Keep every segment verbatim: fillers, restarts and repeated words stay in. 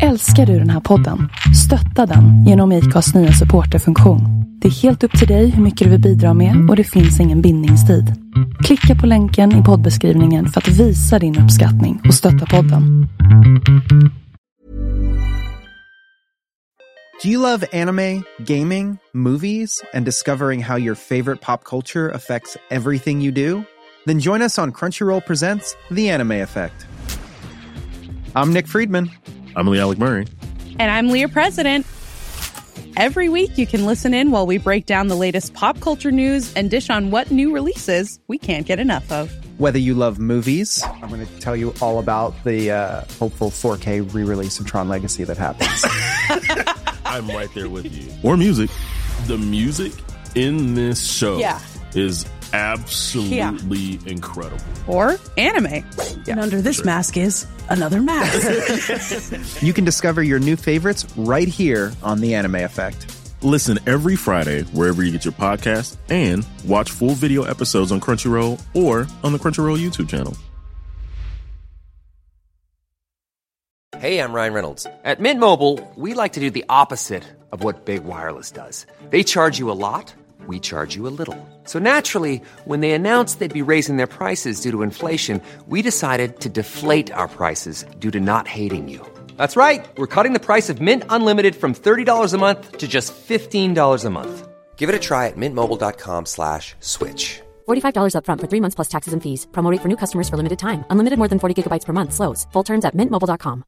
Älskar du den här podden? Stötta den genom I C A:s nya supporterfunktion. Det är helt upp till dig hur mycket du vill bidra med och det finns ingen bindningstid. Klicka på länken i poddbeskrivningen för att visa din uppskattning och stötta podden. Do you love anime, gaming, movies, and discovering how your favorite pop culture affects everything you do? Then join us on Crunchyroll Presents The Anime Effect. I'm Nick Friedman. I'm Lee Alec Murray. And I'm Leah President. Every week you can listen in while we break down the latest pop culture news and dish on what new releases we can't get enough of. Whether you love movies, I'm going to tell you all about the uh, hopeful four K re-release of Tron Legacy that happens. I'm right there with you. Or music. The music in this show yeah. is absolutely yeah. incredible. Or anime. Yeah, and under this sure. mask is another mask. You can discover your new favorites right here on The Anime Effect. Listen every Friday wherever you get your podcast and watch full video episodes on Crunchyroll or on the Crunchyroll YouTube channel. Hey, I'm Ryan Reynolds. At Mint Mobile, we like to do the opposite of what Big Wireless does. They charge you a lot. We charge you a little. So naturally, when they announced they'd be raising their prices due to inflation, we decided to deflate our prices due to not hating you. That's right. We're cutting the price of Mint Unlimited from thirty dollars a month to just fifteen dollars a month. Give it a try at mintmobile.com slash switch. forty-five dollars up front for three months plus taxes and fees. Promo rate for new customers for limited time. Unlimited more than forty gigabytes per month. Slows full terms at mint mobile dot com.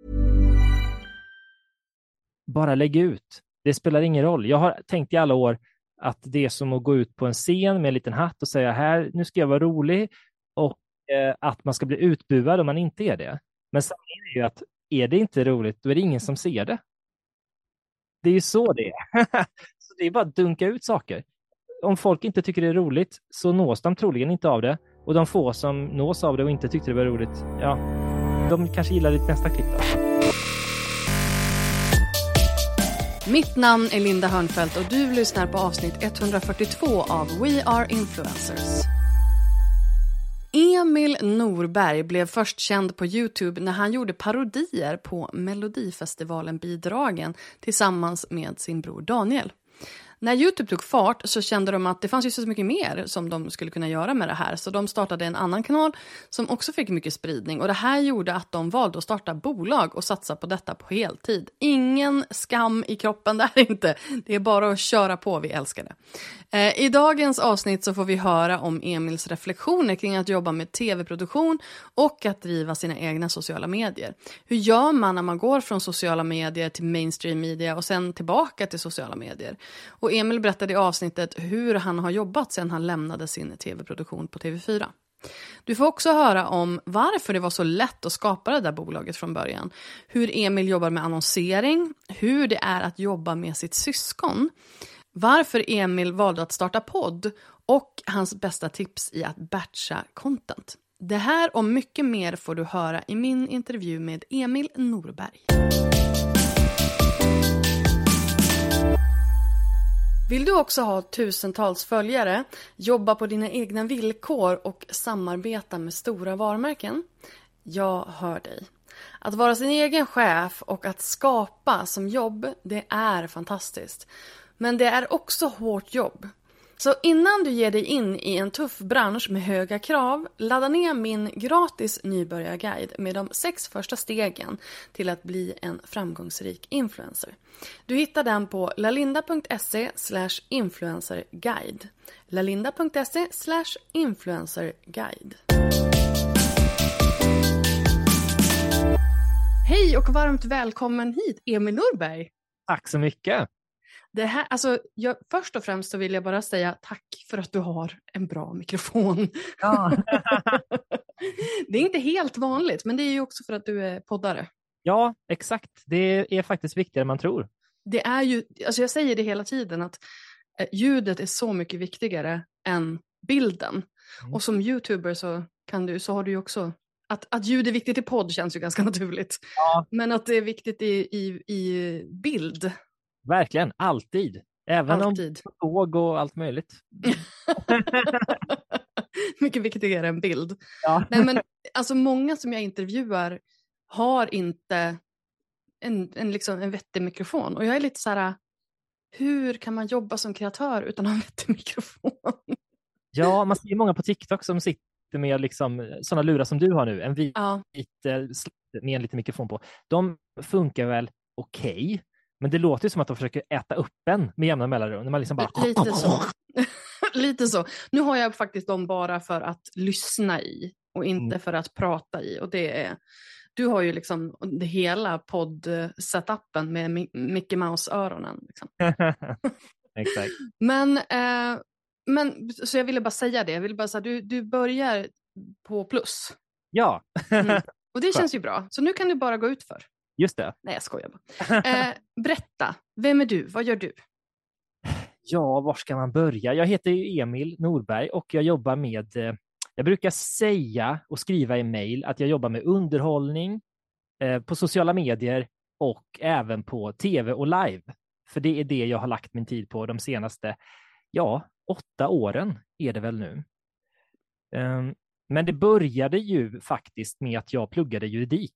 Bara lägg ut. Det spelar ingen roll. Jag har tänkt i alla år att det är som att gå ut på en scen med en liten hatt och säga här, nu ska jag vara rolig, och eh, att man ska bli utbuad om man inte är det. Men sanningen är ju att är det inte roligt, då är det ingen som ser det. Det är ju så det är. Så det är bara att dunka ut saker. Om folk inte tycker det är roligt så nås de troligen inte av det. Och de få som nås av det och inte tyckte det var roligt, ja, de kanske gillar ditt nästa klipp då. Mitt namn är Linda Hörnfeldt och du lyssnar på avsnitt etthundrafyrtiotvå av We Are Influencers. Emil Norberg blev först känd på YouTube när han gjorde parodier på Melodifestivalen-bidragen tillsammans med sin bror Daniel. När YouTube tog fart så kände de att det fanns ju så mycket mer som de skulle kunna göra med det här. Så de startade en annan kanal som också fick mycket spridning. Och det här gjorde att de valde att starta bolag och satsa på detta på heltid. Ingen skam i kroppen där inte. Det är bara att köra på, vi älskar det. Eh, I dagens avsnitt så får vi höra om Emils reflektioner kring att jobba med tv-produktion och att driva sina egna sociala medier. Hur gör man när man går från sociala medier till mainstream media och sen tillbaka till sociala medier? Och Emil berättade i avsnittet hur han har jobbat sedan han lämnade sin tv-produktion på T V fyra. Du får också höra om varför det var så lätt att skapa det där bolaget från början. Hur Emil jobbar med annonsering, hur det är att jobba med sitt syskon, varför Emil valde att starta podd och hans bästa tips i att batcha content. Det här och mycket mer får du höra i min intervju med Emil Norberg. Vill du också ha tusentals följare, jobba på dina egna villkor och samarbeta med stora varumärken? Jag hör dig. Att vara sin egen chef och att skapa som jobb, det är fantastiskt. Men det är också hårt jobb. Så innan du ger dig in i en tuff bransch med höga krav, ladda ner min gratis nybörjarguide med de sex första stegen till att bli en framgångsrik influencer. Du hittar den på lalinda.se slash influencerguide. lalinda.se slash influencerguide. Hej och varmt välkommen hit, Emil Norberg. Tack så mycket. Det här, alltså, jag, först och främst så vill jag bara säga tack för att du har en bra mikrofon. Ja. Det är inte helt vanligt, men det är ju också för att du är poddare. Ja, exakt. Det är faktiskt viktigare än man tror. Det är ju, alltså jag säger det hela tiden att eh, ljudet är så mycket viktigare än bilden. Mm. Och som YouTuber så, kan du, så har du ju också... Att, att ljud är viktigt i podd känns ju ganska naturligt. Ja. Men att det är viktigt i, i, i bild... Verkligen, alltid. Även alltid. Om tåg och allt möjligt. Mycket viktigare än bild. Ja. Nej, men alltså många som jag intervjuar har inte en, en, liksom, en vettig mikrofon. Och jag är lite så här, hur kan man jobba som kreatör utan att ha en vettig mikrofon? Ja, man ser många på TikTok som sitter med liksom, sådana lurar som du har nu. En vit Ja. med en liten mikrofon på. De funkar väl okej. Okay, men det låter ju som att de försöker äta upp en med jämna mellanrum. När man liksom bara... Lite så. Lite så. Nu har jag faktiskt dem bara för att lyssna i och inte mm. för att prata i. Och det är... Du har ju liksom det hela podd-setupen med Mickey Mouse-öronen. Liksom. Exakt. Men, eh, men, så jag ville bara säga det. Jag ville bara säga, du, du börjar på plus. Ja. mm. Och det känns ju bra. Så nu kan du bara gå ut för. Just det. Nej, jag skojar bara. Eh, berätta, vem är du? Vad gör du? Ja, var ska man börja? Jag heter ju Emil Norberg och jag jobbar med... Eh, jag brukar säga och skriva i mejl att jag jobbar med underhållning eh, på sociala medier och även på tv och live. För det är det jag har lagt min tid på de senaste, ja, åtta åren är det väl nu. Um, men det började ju faktiskt med att jag pluggade juridik.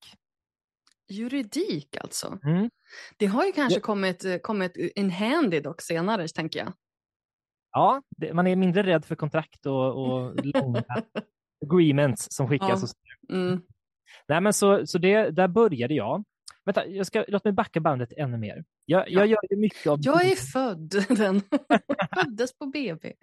Juridik alltså? Mm. Det har ju kanske ja. kommit, kommit in handy dock senare, tänker jag. Ja, det, man är mindre rädd för kontrakt och, och långa agreements som skickas. Ja. Mm. Nej, men så, så det, där började jag. Vänta, jag ska, låt mig backa bandet ännu mer. Jag, ja. jag gör ju mycket av... Jag är född den. Föddes på B B.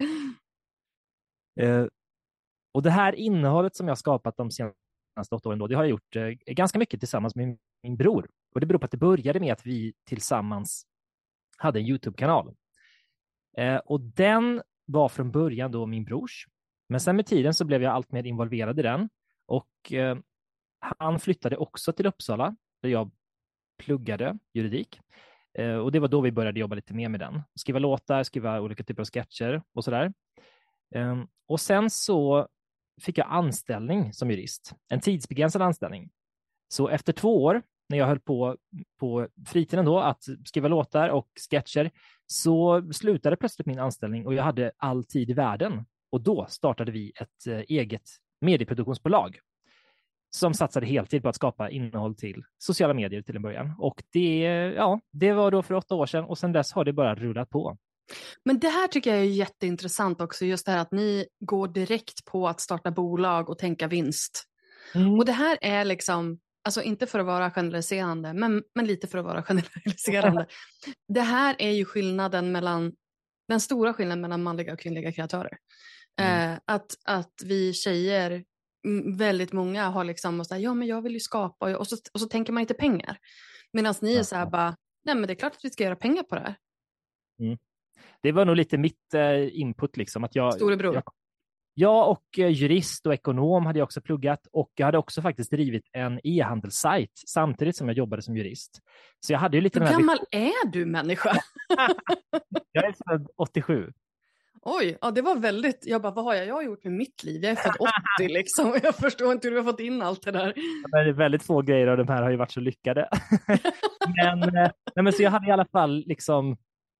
Uh, och det här innehållet som jag skapat de senaste åtta åren då, det har jag gjort uh, ganska mycket tillsammans med min, min bror. Och det beror på att det började med att vi tillsammans hade en YouTube-kanal. Uh, och den var från början då min brors. Men sen med tiden så blev jag allt mer involverad i den. Och uh, han flyttade också till Uppsala där jag pluggade juridik. Uh, och det var då vi började jobba lite mer med den. Skriva låtar, skriva olika typer av sketcher och sådär. Um, och sen så fick jag anställning som jurist. En tidsbegränsad anställning. Så efter två år, när jag höll på på fritiden då att skriva låtar och sketcher, så slutade plötsligt min anställning och jag hade all tid i världen. Och då startade vi ett uh, eget medieproduktionsbolag som satsade heltid på att skapa innehåll till sociala medier till en början. Och det, ja, det var då för åtta år sedan och sedan dess har det bara rullat på. Men det här tycker jag är jätteintressant också, just det här att ni går direkt på att starta bolag och tänka vinst. Mm. Och det här är liksom, alltså inte för att vara generaliserande, men, men lite för att vara generaliserande. Det här är ju skillnaden mellan, den stora skillnaden mellan manliga och kvinnliga kreatörer. Mm. Eh, att, att vi tjejer, väldigt många har liksom, så här, ja men jag vill ju skapa, och så, och så tänker man inte pengar. Medan ni är så här bara, nej men det är klart att vi ska göra pengar på det här. Mm. Det var nog lite mitt eh, input liksom. Att jag, Storebror. Jag, jag och eh, jurist och ekonom hade jag också pluggat och jag hade också faktiskt drivit en e-handelssajt samtidigt som jag jobbade som jurist. Så jag hade ju lite... Hur gammal är du människa? Jag är född åttiosju. Oj, ja det var väldigt... Jag bara, vad har jag, jag gjort med mitt liv? Jag är född åttio liksom. Jag förstår inte hur du har fått in allt det där. Det är väldigt få grejer av de här har ju varit så lyckade. men, eh, nej, men så jag hade i alla fall liksom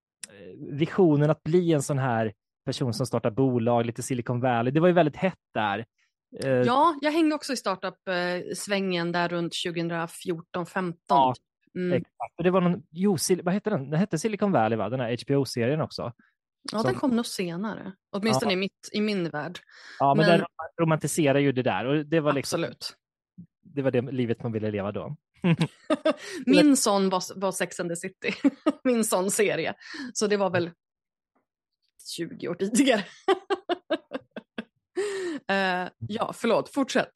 visionen att bli en sån här person som startar bolag, lite Silicon Valley. Det var ju väldigt hett där. Ja, jag hängde också i startup-svängen där runt tjugofjorton femton. Ja, mm. exakt. Och det var någon, jo, vad hette den? Den hette Silicon Valley, va? Den här H B O-serien också. Ja, som... den kom nog senare. Åtminstone ja. i, mitt, i min värld. Ja, men, men... den romantiserar ju det där. Och det var liksom, absolut. Det var det livet man ville leva då. Min son var, var Sex and the City. Min son serie. Så det var väl tjugo år tidigare. uh, ja, förlåt. Fortsätt.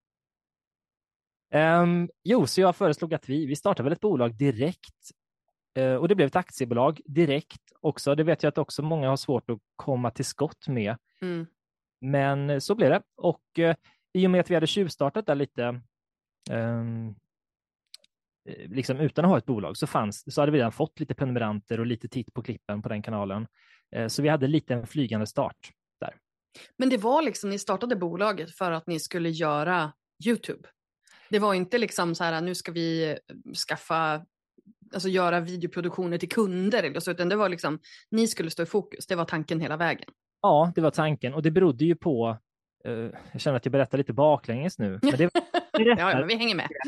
Um, jo, så jag föreslog att vi, vi startade väl ett bolag direkt. Uh, och det blev ett aktiebolag direkt också. Det vet jag att också många har svårt att komma till skott med. Mm. Men så blev det. Och uh, i och med att vi hade tjuvstartat där lite... Um, liksom utan att ha ett bolag så fanns så hade vi redan fått lite prenumeranter och lite titt på klippen på den kanalen. Så vi hade lite en flygande start där. Men det var liksom, ni startade bolaget för att ni skulle göra YouTube. Det var inte liksom så här, nu ska vi skaffa, alltså göra videoproduktioner till kunder eller så, utan det var liksom, ni skulle stå i fokus. Det var tanken hela vägen. Ja, det var tanken och det berodde ju på uh, jag känner att jag berättar lite baklänges nu. Men det, det ja, men vi hänger med.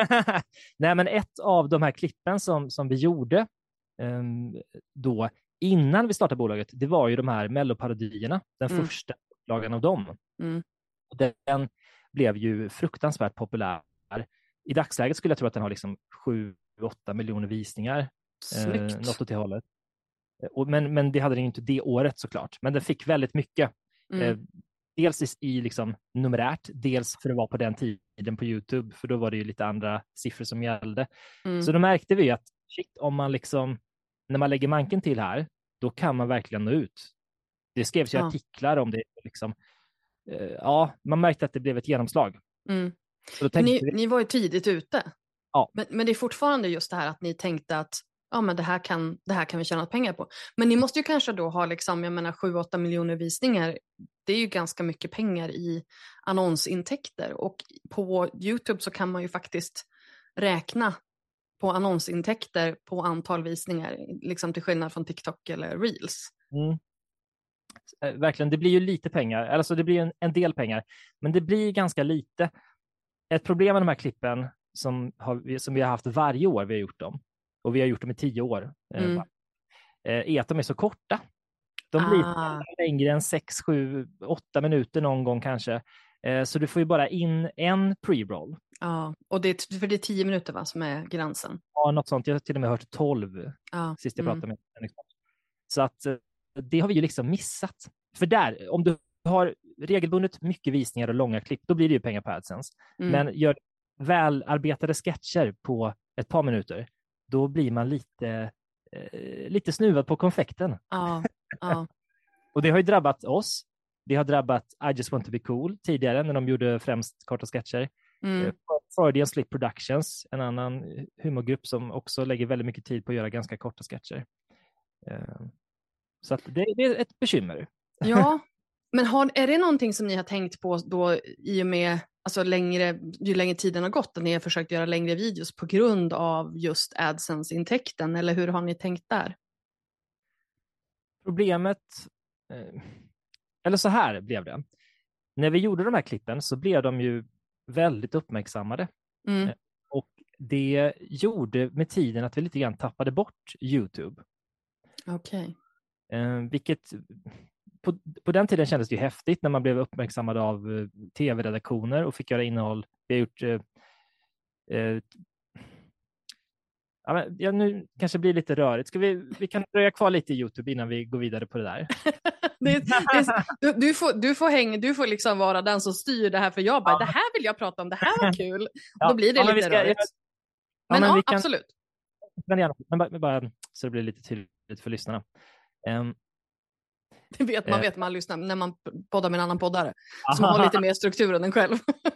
Nej, men ett av de här klippen som, som vi gjorde um, då innan vi startade bolaget, det var ju de här melloparodierna, den mm. första upplagan av dem. Mm. Och den blev ju fruktansvärt populär. I dagsläget skulle jag tro att den har liksom sju åtta miljoner visningar. Eh, något åt det hållet. Och, men, men det hade den inte det året såklart. Men den fick väldigt mycket. Mm. Eh, dels i, i liksom numerärt, dels för att vara på den tiden på YouTube. För då var det ju lite andra siffror som gällde. Mm. Så då märkte vi att shit, om man liksom, när man lägger manken till här, då kan man verkligen nå ut. Det skrevs ju ja. artiklar om det. Liksom. Eh, ja, man märkte att det blev ett genomslag. Mm. Ni, vi... ni var ju tidigt ute. Ja. Men, men det är fortfarande just det här att ni tänkte att ja, men det, här kan, det här kan vi tjäna pengar på. Men ni måste ju kanske då ha liksom, jag menar sju åtta miljoner visningar. Det är ju ganska mycket pengar i annonsintäkter. Och på YouTube så kan man ju faktiskt räkna på annonsintäkter på antal visningar. Liksom till skillnad från TikTok eller Reels. Mm. Verkligen, det blir ju lite pengar. Alltså det blir en, en del pengar. Men det blir ganska lite. Ett problem med de här klippen som, har, som vi har haft varje år vi har gjort dem, och vi har gjort dem i tio år, mm. är att de är så korta. De blir ah. längre än sex, sju, åtta minuter någon gång kanske. Så du får ju bara in en pre-roll. Ja, och det är, för det är tio minuter va, som är gränsen. Ja, något sånt. Jag har till och med hört tolv ah. sist jag pratade mm. med en. Så att det har vi ju liksom missat. För där, om du har regelbundet mycket visningar och långa klipp, då blir det ju pengar på AdSense. Mm. Men gör välarbetade sketcher på ett par minuter, då blir man lite, eh, lite snuvad på konfekten. Ja, ja. Och det har ju drabbat oss. Det har drabbat I Just Want To Be Cool tidigare, när de gjorde främst korta sketcher. Mm. Freudian Slip Productions, en annan humorgrupp som också lägger väldigt mycket tid på att göra ganska korta sketcher. Eh, så att det, det är ett bekymmer. Ja, men har, är det någonting som ni har tänkt på då i och med, alltså längre, ju längre tiden har gått, att ni har försökt göra längre videos på grund av just AdSense-intäkten, eller hur har ni tänkt där? Problemet, eh, eller så här blev det. När vi gjorde de här klippen så blev de ju väldigt uppmärksammade. Mm. Eh, och det gjorde med tiden att vi lite grann tappade bort YouTube. Okej. Okay. Eh, vilket... På, på den tiden kändes det ju häftigt när man blev uppmärksammad av uh, tv-redaktioner och fick göra innehåll. Vi har gjort... Uh, uh, ja, men, ja, nu kanske blir lite rörigt. Ska vi, vi kan dröja kvar lite i YouTube innan vi går vidare på det där. det, det, du, du, får, du, får häng, du får liksom vara den som styr det här, för jag bara, ja. Det här vill jag prata om, det här var kul. Ja. Då blir det ja, lite ska, rörigt. Ja, men, men ja, kan, absolut. Men, gärna, men bara, bara så det blir lite tydligt för lyssnarna. Um, Det vet man, vet man lyssnar när man poddar med en annan poddare som har lite mer struktur än den själv.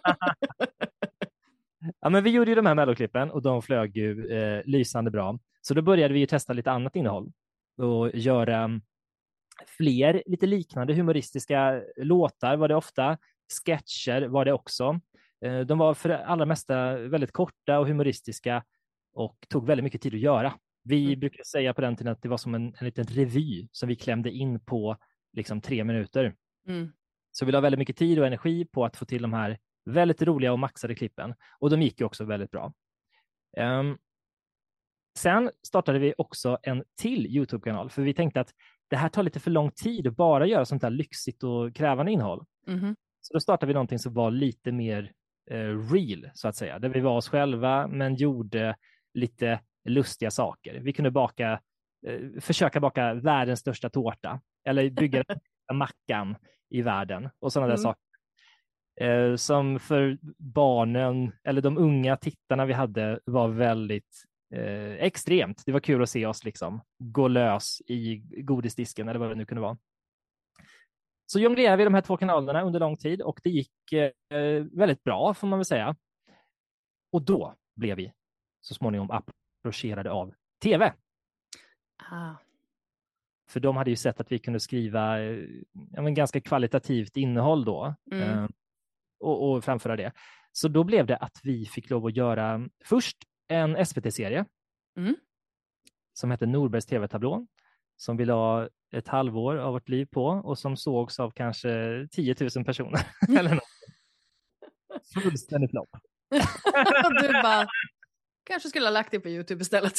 Ja, men vi gjorde ju de här melloklippen och de flög ju eh, lysande bra. Så då började vi ju testa lite annat innehåll och göra fler lite liknande humoristiska låtar var det ofta. Sketcher var det också. Eh, de var för det allra mesta väldigt korta och humoristiska och tog väldigt mycket tid att göra. Vi mm. brukar säga på den tiden att det var som en, en liten revy som vi klämde in på liksom tre minuter. Mm. Så vi la väldigt mycket tid och energi på att få till de här väldigt roliga och maxade klippen. Och de gick ju också väldigt bra. Um, sen startade vi också en till YouTube-kanal. För vi tänkte att det här tar lite för lång tid att bara göra sånt här lyxigt och krävande innehåll. Mm. Så då startade vi någonting som var lite mer uh, real, så att säga. Där vi var oss själva men gjorde lite lustiga saker. Vi kunde baka, eh, försöka baka världens största tårta eller bygga mackan i världen och sådana mm. där saker. Eh, som för barnen eller de unga tittarna vi hade var väldigt eh, extremt. Det var kul att se oss liksom gå lös i godisdisken eller vad det nu kunde vara. Så jonglerade vi de här två kanalerna under lång tid och det gick eh, väldigt bra får man väl säga. Och då blev vi så småningom approcherade av T V. Ah. För de hade ju sett att vi kunde skriva ja, men ganska kvalitativt innehåll då. Mm. Eh, och, och framföra det. Så då blev det att vi fick lov att göra först en S V T-serie. Mm. Som hette Norbergs T V-tablå. Som vi la ett halvår av vårt liv på och som sågs av kanske tio tusen personer. Eller något. Fullständigt flopp. Du bara, kanske skulle ha lagt det på YouTube istället.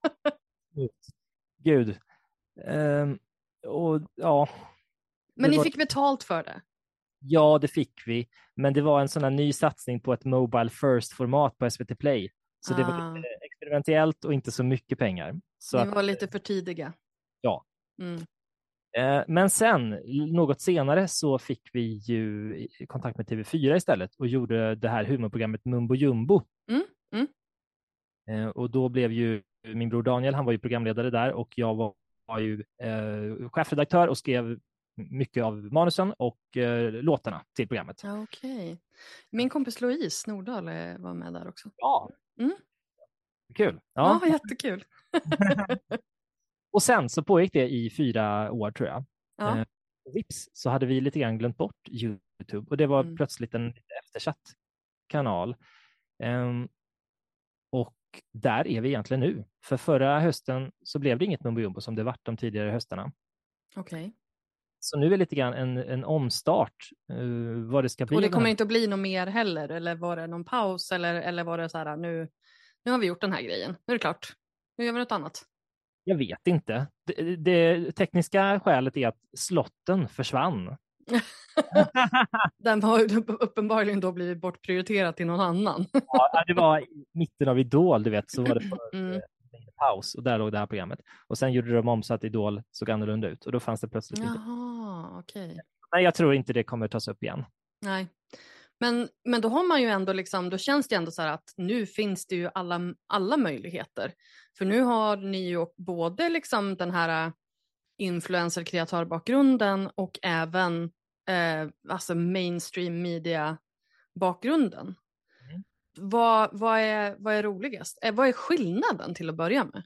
Gud. Um, och ja. Men ni var... fick betalt för det? Ja, det fick vi. Men det var en sån här ny satsning på ett mobile first-format på S V T Play. Så ah. det var lite experimentellt och inte så mycket pengar. Så ni var att... lite för tidiga. Ja. Mm. Eh, men sen, något senare, så fick vi ju kontakt med T V fyra istället och gjorde det här humorprogrammet Mumbo Jumbo. Mm. Mm. Eh, och då blev ju min bror Daniel, han var ju programledare där och jag var, var ju eh, chefredaktör och skrev mycket av manusen och eh, låtarna till programmet. Okej. Okay. Min kompis Louise Nordahl var med där också. Ja. Mm. Kul. Ja, ja jättekul. Och sen så pågick det i fyra år tror jag. Ja. Eh, vips så hade vi lite grann glömt bort YouTube och det var mm. plötsligt en eftersatt kanal. Um, och där är vi egentligen nu. För förra hösten så blev det inget Mumbo Jumbo som det varit de tidigare höstarna. Okej. Okay. Så nu är det lite grann en, en omstart uh, vad det ska bli. Och det kommer inte att bli något mer heller? Eller var det någon paus? Eller, eller var det så här, nu, nu har vi gjort den här grejen. Nu är det klart. Nu gör vi något annat. Jag vet inte. Det, det tekniska skälet är att slotten försvann. Den har uppenbarligen då blivit bortprioriterad till någon annan. Ja, det var i mitten av Idol, du vet, så var det för mm. paus och där låg det här programmet. Och sen gjorde de om så att Idol såg annorlunda ut och då fanns det plötsligt inte. Jaha, okej. Okay. Nej, jag tror inte det kommer tas upp igen. Nej. Men, men då har man ju ändå liksom, då känns det ändå så här att nu finns det ju alla, alla möjligheter. För nu har ni ju både liksom den här influencer-kreatörbakgrunden och även eh, alltså mainstream media-bakgrunden. Mm. Vad, vad, är, vad är roligast? Eh, vad är skillnaden till att börja med?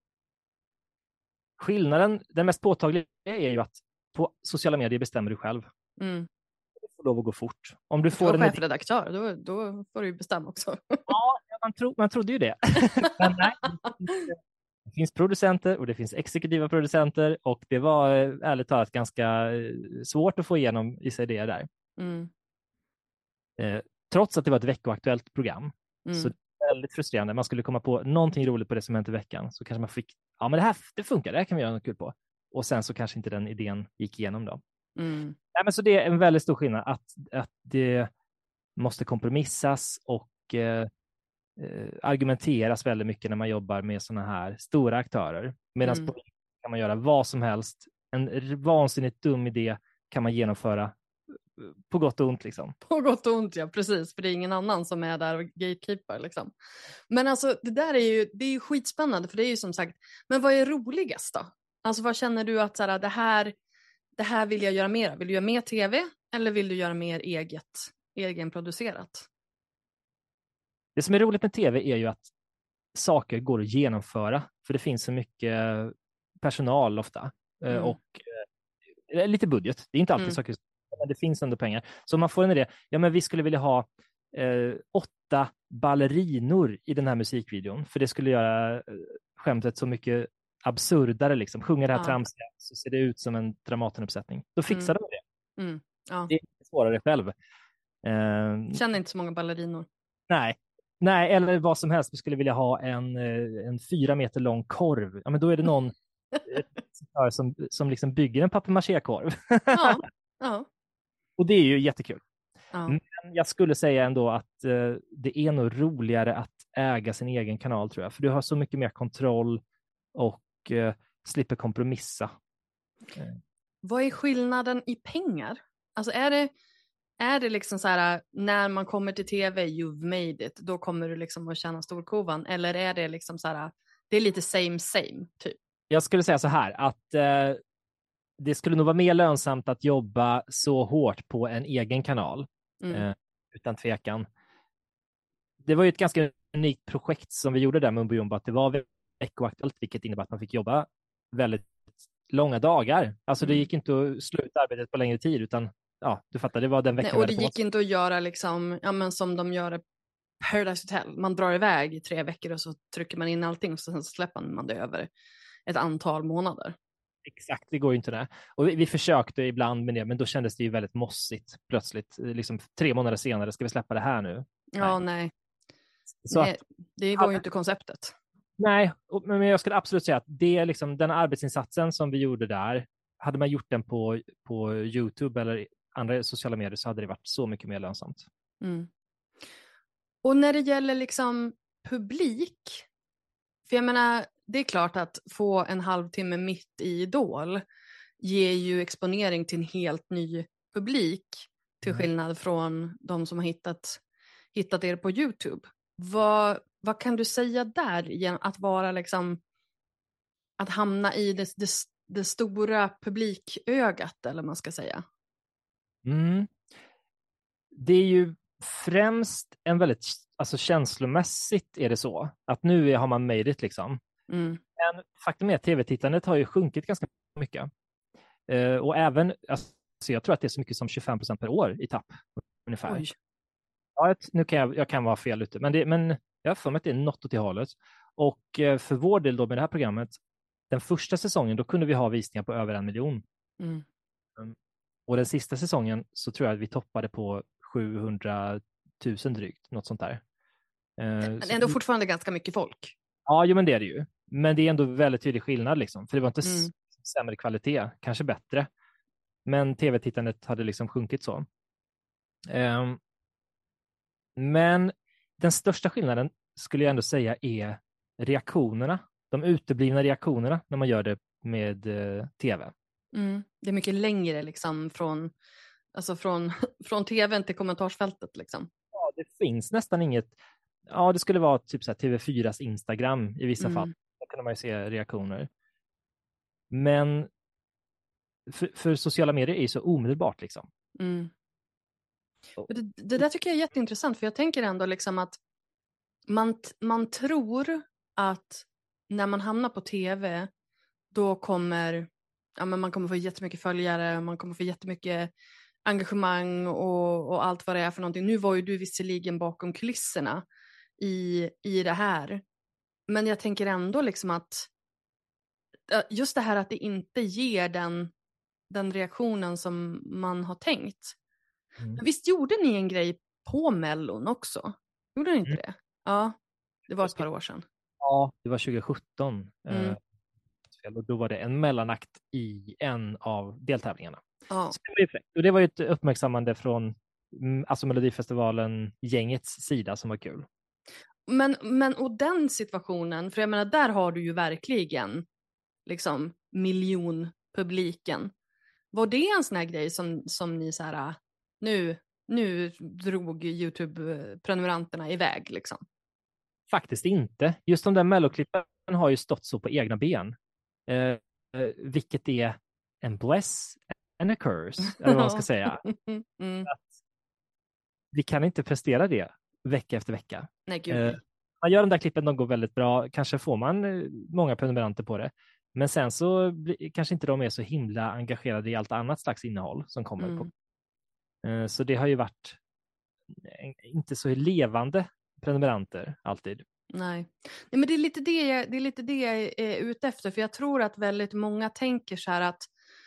Skillnaden, den mest påtagliga är ju att på sociala medier bestämmer du själv. Mm. Får lov att gå fort. Om du får en chefredaktör, då, då får du ju bestämma också. Ja, man, tro, man trodde ju det. Men nej, det finns producenter och det finns exekutiva producenter och det var ärligt talat ganska svårt att få igenom i sig det där. Mm. Eh, trots att det var ett veckoaktuellt program. Mm. Så det är väldigt frustrerande. Man skulle komma på någonting roligt på det som hänt i veckan så kanske man fick, ja men det här det funkar, det här kan vi göra något kul på. Och sen så kanske inte den idén gick igenom då. Mm. Nej, men så det är en väldigt stor skillnad att, att det måste kompromissas och eh, argumenteras väldigt mycket när man jobbar med såna här stora aktörer. Medan Mm. på kan man göra vad som helst. En vansinnigt dum idé kan man genomföra på gott och ont liksom. På gott och ont, ja, precis. För det är ingen annan som är där och gatekeeper liksom. Men alltså det där är ju, det är ju skitspännande för det är ju som sagt, men vad är roligast då? Alltså vad känner du att så här, det här det här vill jag göra mer? Vill du göra mer tv eller vill du göra mer eget, egenproducerat? Det som är roligt med tv är ju att saker går att genomföra. För det finns så mycket personal ofta. Mm. Och eh, lite budget. Det är inte alltid mm. saker, men det finns ändå pengar. Så man får en idé. Ja, men vi skulle vilja ha eh, åtta ballerinor i den här musikvideon. För det skulle göra eh, skämtet så mycket absurdare liksom. Sjunga det här ja. tramsiga så ser det ut som en Dramatenuppsättning. Då fixar mm. de det. Mm. Ja. Det är svårare själv. Uh, Känner inte så många ballerinor. Nej. Nej, eller vad som helst. Vi skulle vilja ha en, en fyra meter lång korv. Ja, men då är det någon som, som liksom bygger en papier-maché-korv. Ja. Ja. Och det är ju jättekul. Ja. Men jag skulle säga ändå att uh, det är nog roligare att äga sin egen kanal tror jag. För du har så mycket mer kontroll och uh, slipper kompromissa. Uh. Vad är skillnaden i pengar? Alltså är det, är det liksom så här när man kommer till tv, you've made it, då kommer du liksom att tjäna storkovan? Eller är det liksom så här, det är lite same same typ? Jag skulle säga så här att uh, det skulle nog vara mer lönsamt att jobba så hårt på en egen kanal. Mm. Uh, utan tvekan. Det var ju ett ganska unikt projekt som vi gjorde där med Mumbo Jumbo, att det var veckoaktuellt, vilket innebär att man fick jobba väldigt långa dagar. Alltså mm. det gick inte att sluta arbetet på längre tid, utan ja, du fattar, det var den veckan. Nej, och det gick inte att göra liksom, ja, men som de gör Paradise Hotel. Man drar iväg i tre veckor och så trycker man in allting och så sen släpper man det över ett antal månader. Exakt, det går ju inte det. Och vi, vi försökte ibland med det, men då kändes det ju väldigt mossigt plötsligt. Liksom tre månader senare, ska vi släppa det här nu? Ja, nej. nej. Så nej att, det var ju inte konceptet. Nej, och, men jag skulle absolut säga att det är liksom, den arbetsinsatsen som vi gjorde där, hade man gjort den på, på YouTube eller andra sociala medier så hade det varit så mycket mer lönsamt. Mm. Och när det gäller liksom publik, för jag menar, det är klart att få en halvtimme mitt i Idol ger ju exponering till en helt ny publik, till Mm. skillnad från de som har hittat, hittat er på YouTube. Vad, vad kan du säga där genom att vara liksom, att hamna i det, det, det stora publikögat, eller vad man ska säga? Mm. Det är ju främst en väldigt, alltså känslomässigt är det så, att nu har man made it liksom. Mm. Men faktum är att tv-tittandet har ju sjunkit ganska mycket. Uh, och även, alltså, jag tror att det är så mycket som tjugofem procent per år i tapp, ungefär. Oj. Ja, nu kan jag, jag kan vara fel ute, men, det, men jag har för mig att det är något åt det hållet. Och uh, för vår del då med det här programmet, den första säsongen, då kunde vi ha visningar på över en miljon. Mm. Um, och den sista säsongen så tror jag att vi toppade på sjuhundratusen drygt, något sånt där. Uh, men ändå så, fortfarande ganska mycket folk. Ja, jo, men det är det ju. Men det är ändå väldigt tydlig skillnad liksom, för det var inte Mm. sämre kvalitet, kanske bättre. Men tv-tittandet hade liksom sjunkit så. Um, men den största skillnaden skulle jag ändå säga är reaktionerna. De uteblivna reaktionerna när man gör det med uh, tv. Mm. Det är mycket längre liksom från, alltså från, från tvn till kommentarsfältet liksom. Ja, det finns nästan inget. Ja, det skulle vara typ så här T V fyras Instagram i vissa Mm. fall. Där kunde man ju se reaktioner. Men för, för sociala medier är ju så omedelbart liksom. Mm. Det, det där tycker jag är jätteintressant, för jag tänker ändå liksom att man, man tror att när man hamnar på tv då kommer, ja, men man kommer få jättemycket följare, man kommer få jättemycket engagemang och, och allt vad det är för någonting. Nu var ju du visserligen bakom kulisserna i, i det här, men jag tänker ändå liksom att just det här att det inte ger den, den reaktionen som man har tänkt. Mm. Visst gjorde ni en grej på Mellon också? Gjorde ni inte mm. det? Ja, det var ett par år sedan. Ja, det var tjugo sjutton. Mm. Eh, och då var det en mellanakt i en av deltävlingarna. Ja. Så det, var och det var ju ett uppmärksammande från alltså Melodifestivalen-gängets sida som var kul. Men, men och den situationen, för jag menar, där har du ju verkligen liksom miljonpubliken. Var det en sån här grej som, som ni så här, nu, nu drog YouTube-prenumeranterna iväg liksom? Faktiskt inte. Just de där melloklippen har ju stått så på egna ben. Eh, vilket är en bless and a curse, eller vad man ska säga. Mm. Att vi kan inte prestera det vecka efter vecka. Nej, gud. Eh, man gör de där klippen, de går väldigt bra. Kanske får man många prenumeranter på det. Men sen så blir, kanske inte de är så himla engagerade i allt annat slags innehåll som kommer Mm. på. Eh, så det har ju varit inte så levande prenumeranter alltid. Nej. Nej, men det är lite det jag, det är lite det jag är ute efter, för jag tror att väldigt många tänker så här att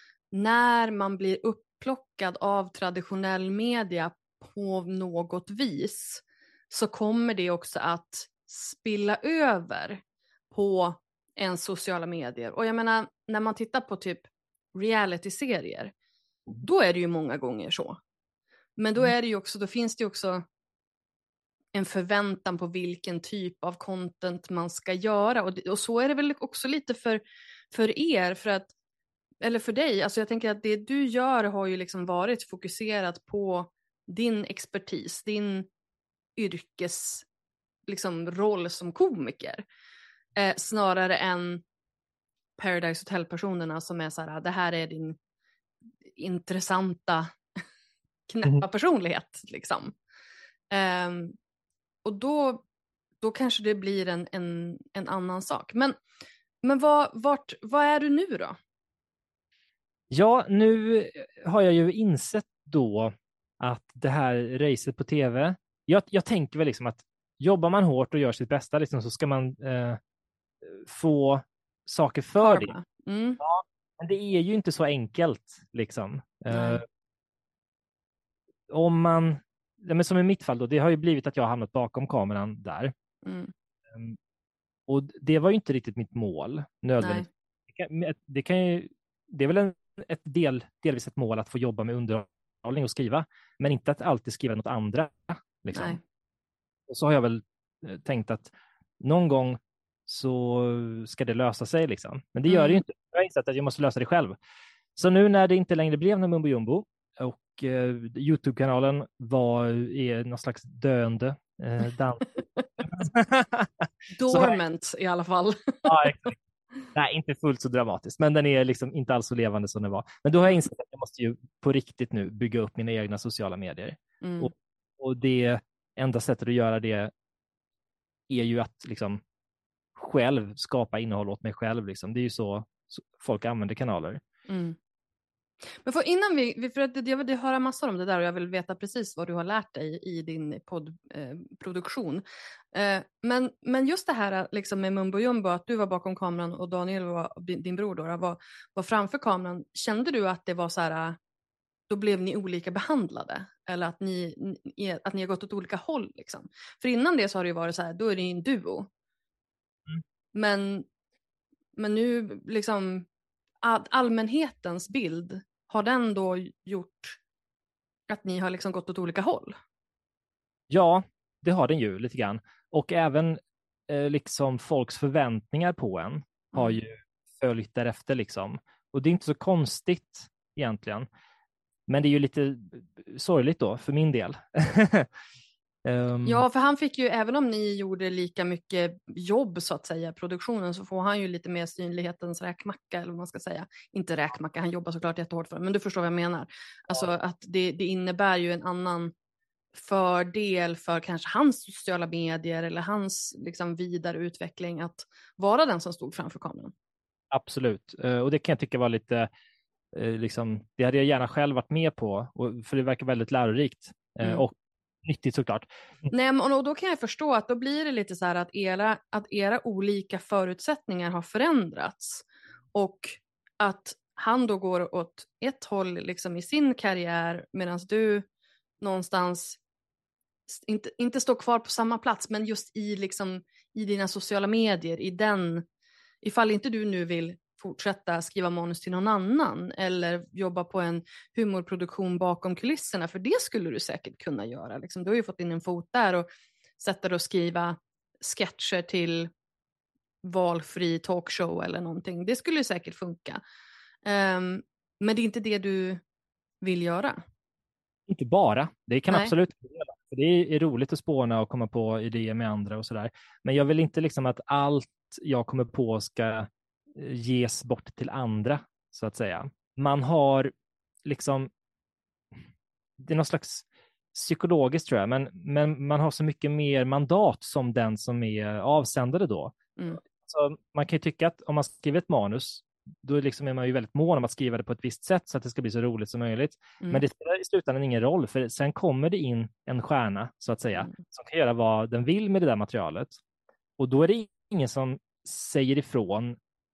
när man blir upplockad av traditionell media på något vis så kommer det också att spilla över på en sociala medier. Och jag menar, när man tittar på typ reality-serier, då är det ju många gånger så. Men då är det ju också, då finns det ju också en förväntan på vilken typ av content man ska göra. Och, och så är det väl också lite för, för er, för att, eller för dig. Alltså jag tänker att det du gör har ju liksom varit fokuserat på din expertis, din yrkes liksom, roll som komiker. Eh, snarare än Paradise Hotel-personerna som är så här, det här är din intressanta knäppa mm. personlighet liksom. Um, och då, då kanske det blir en, en, en annan sak. Men, men vad, vart, vad är du nu då? Ja, nu har jag ju insett då att det här racet på tv, jag, jag tänker väl liksom att jobbar man hårt och gör sitt bästa liksom, så ska man eh, få saker för Karma. det. Mm. Ja, Men det är ju inte så enkelt liksom. Uh, om man, ja, men som i mitt fall då, det har ju blivit att jag har hamnat bakom kameran där. Mm. Um, och det var ju inte riktigt mitt mål nödvändigt. Det kan, det kan ju, det är väl en, ett del, delvis ett mål att få jobba med underhållning och skriva, men inte att alltid skriva något andra. Liksom. Nej. Och så har jag väl tänkt att någon gång så ska det lösa sig liksom. Men det gör Mm. det ju inte. Jag har insett att jag måste lösa det själv. Så nu när det inte längre blev någon Mumbo Jumbo och eh, YouTube-kanalen var är någon slags döende eh, dans. Dormant i alla fall. Ja, exakt. Nej, inte fullt så dramatiskt, men den är liksom inte alls så levande som den var. Men då har jag insett att jag måste ju på riktigt nu bygga upp mina egna sociala medier. Mm. Och, och det enda sättet att göra det är ju att liksom själv skapa innehåll åt mig själv. Liksom. Det är ju så, så folk använder kanaler. Mm. Men för innan vi, för att jag vill höra massor om det där och jag vill veta precis vad du har lärt dig i din poddproduktion. Eh, eh, men, men just det här liksom med Mumbo Jumbo, att du var bakom kameran och Daniel var, din bror då, var, var framför kameran. Kände du att det var så här, då blev ni olika behandlade? Eller att ni, ni, att ni har gått åt olika håll liksom? För innan det så har det ju varit så här, då är det en duo. Mm. Men, men nu liksom all, allmänhetens bild, har den då gjort att ni har liksom gått åt olika håll? Ja, det har den ju lite grann. Och även eh, liksom folks förväntningar på en har ju följt därefter liksom. Och det är inte så konstigt egentligen. Men det är ju lite sorgligt då för min del. um... Ja, för han fick ju, även om ni gjorde lika mycket jobb så att säga, produktionen, så får han ju lite mer synlighetens räkmacka, eller vad man ska säga. Inte räkmacka, han jobbar såklart jättehårt för det, men du förstår vad jag menar. Alltså ja. att det, det innebär ju en annan fördel för kanske hans sociala medier eller hans liksom vidare utveckling att vara den som stod framför kameran. Absolut, och det kan jag tycka var lite liksom, det hade jag gärna själv varit med på, och, för det verkar väldigt lärorikt mm. och nyttigt såklart. Nej, men, och då kan jag förstå att då blir det lite så här att era, att era olika förutsättningar har förändrats och att han då går åt ett håll liksom i sin karriär medan du någonstans inte, inte står kvar på samma plats, men just i, liksom, i dina sociala medier, i den, ifall inte du nu vill fortsätta skriva manus till någon annan eller jobba på en humorproduktion bakom kulisserna, för det skulle du säkert kunna göra. Liksom, du har ju fått in en fot där och sätta dig och skriva sketcher till valfri talkshow eller någonting. Det skulle säkert funka. Um, men det är inte det du vill göra. Inte bara. Det kan Nej. absolut göra. För det är roligt att spåna och komma på idéer med andra och sådär. Men jag vill inte liksom att allt jag kommer på ska ges bort till andra, så att säga. Man har liksom, det är någon slags psykologiskt tror jag, men, men man har så mycket mer mandat som den som är avsändare då. Mm. Så man kan ju tycka att om man skriver ett manus, då liksom är man ju väldigt mån om att skriva det på ett visst sätt så att det ska bli så roligt som möjligt. Mm. Men det spelar i slutändan ingen roll, för sen kommer det in en stjärna, så att säga, mm. som kan göra vad den vill med det där materialet. Och då är det ingen som säger ifrån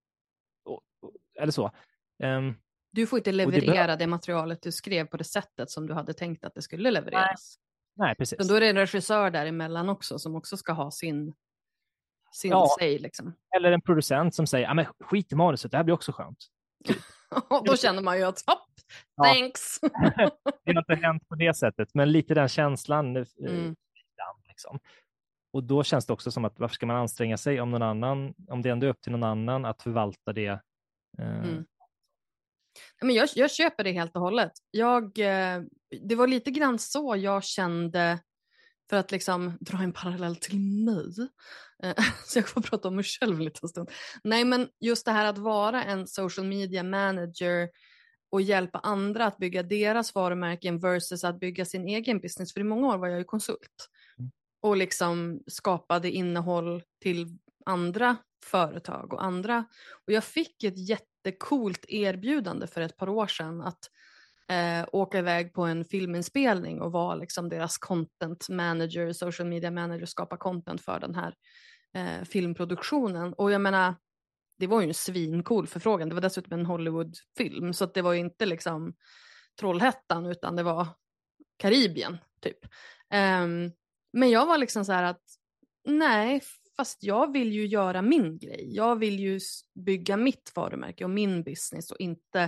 eller så. Um, du får inte leverera det, be- det materialet du skrev på det sättet som du hade tänkt att det skulle levereras. Nej, Nej precis. Så då är det en regissör däremellan också som också ska ha sin, sin ja, säg. Liksom. Eller en producent som säger, ah, men skit i manuset, det här blir också skönt. Och då känner man ju att, hopp, thanks. Ja. Det har inte hänt på det sättet, men lite den känslan. Mm. Liksom. Och då känns det också som att varför ska man anstränga sig om någon annan, om det ändå är upp till någon annan att förvalta det. Mm. Men jag, jag köper det helt och hållet. Jag, det var lite grann så jag kände, för att liksom dra en parallell till mig. Så jag får prata om mig själv lite stund. Nej, men just det här att vara en social media manager och hjälpa andra att bygga deras varumärken versus att bygga sin egen business. För i många år var jag ju konsult. Mm. Och liksom skapade innehåll till andra företag och andra. Och jag fick ett jättecoolt erbjudande för ett par år sedan att eh, åka iväg på en filminspelning och vara liksom deras content manager, social media manager, skapa content för den här eh, filmproduktionen. Och jag menar, det var ju en svincool förfrågan. Det var dessutom en Hollywoodfilm, så att det var ju inte liksom Trollhättan, utan det var Karibien typ. Um, men jag var liksom så här att nej, fast jag vill ju göra min grej. Jag vill ju bygga mitt varumärke och min business och inte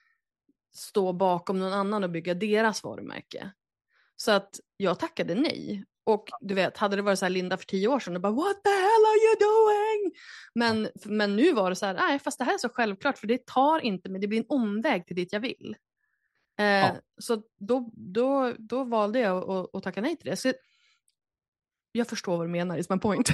stå bakom någon annan och bygga deras varumärke. Så att jag tackade nej. Och du vet, hade det varit så här Linda för tio år sedan, och bara what the hell are you doing? Men, men nu var det så här, nej fast det här är så självklart, för det tar inte, men det blir en omväg till dit jag vill. Eh, ja. Så då, då, då valde jag att, att tacka nej till det. Så jag förstår vad du menar, is my point.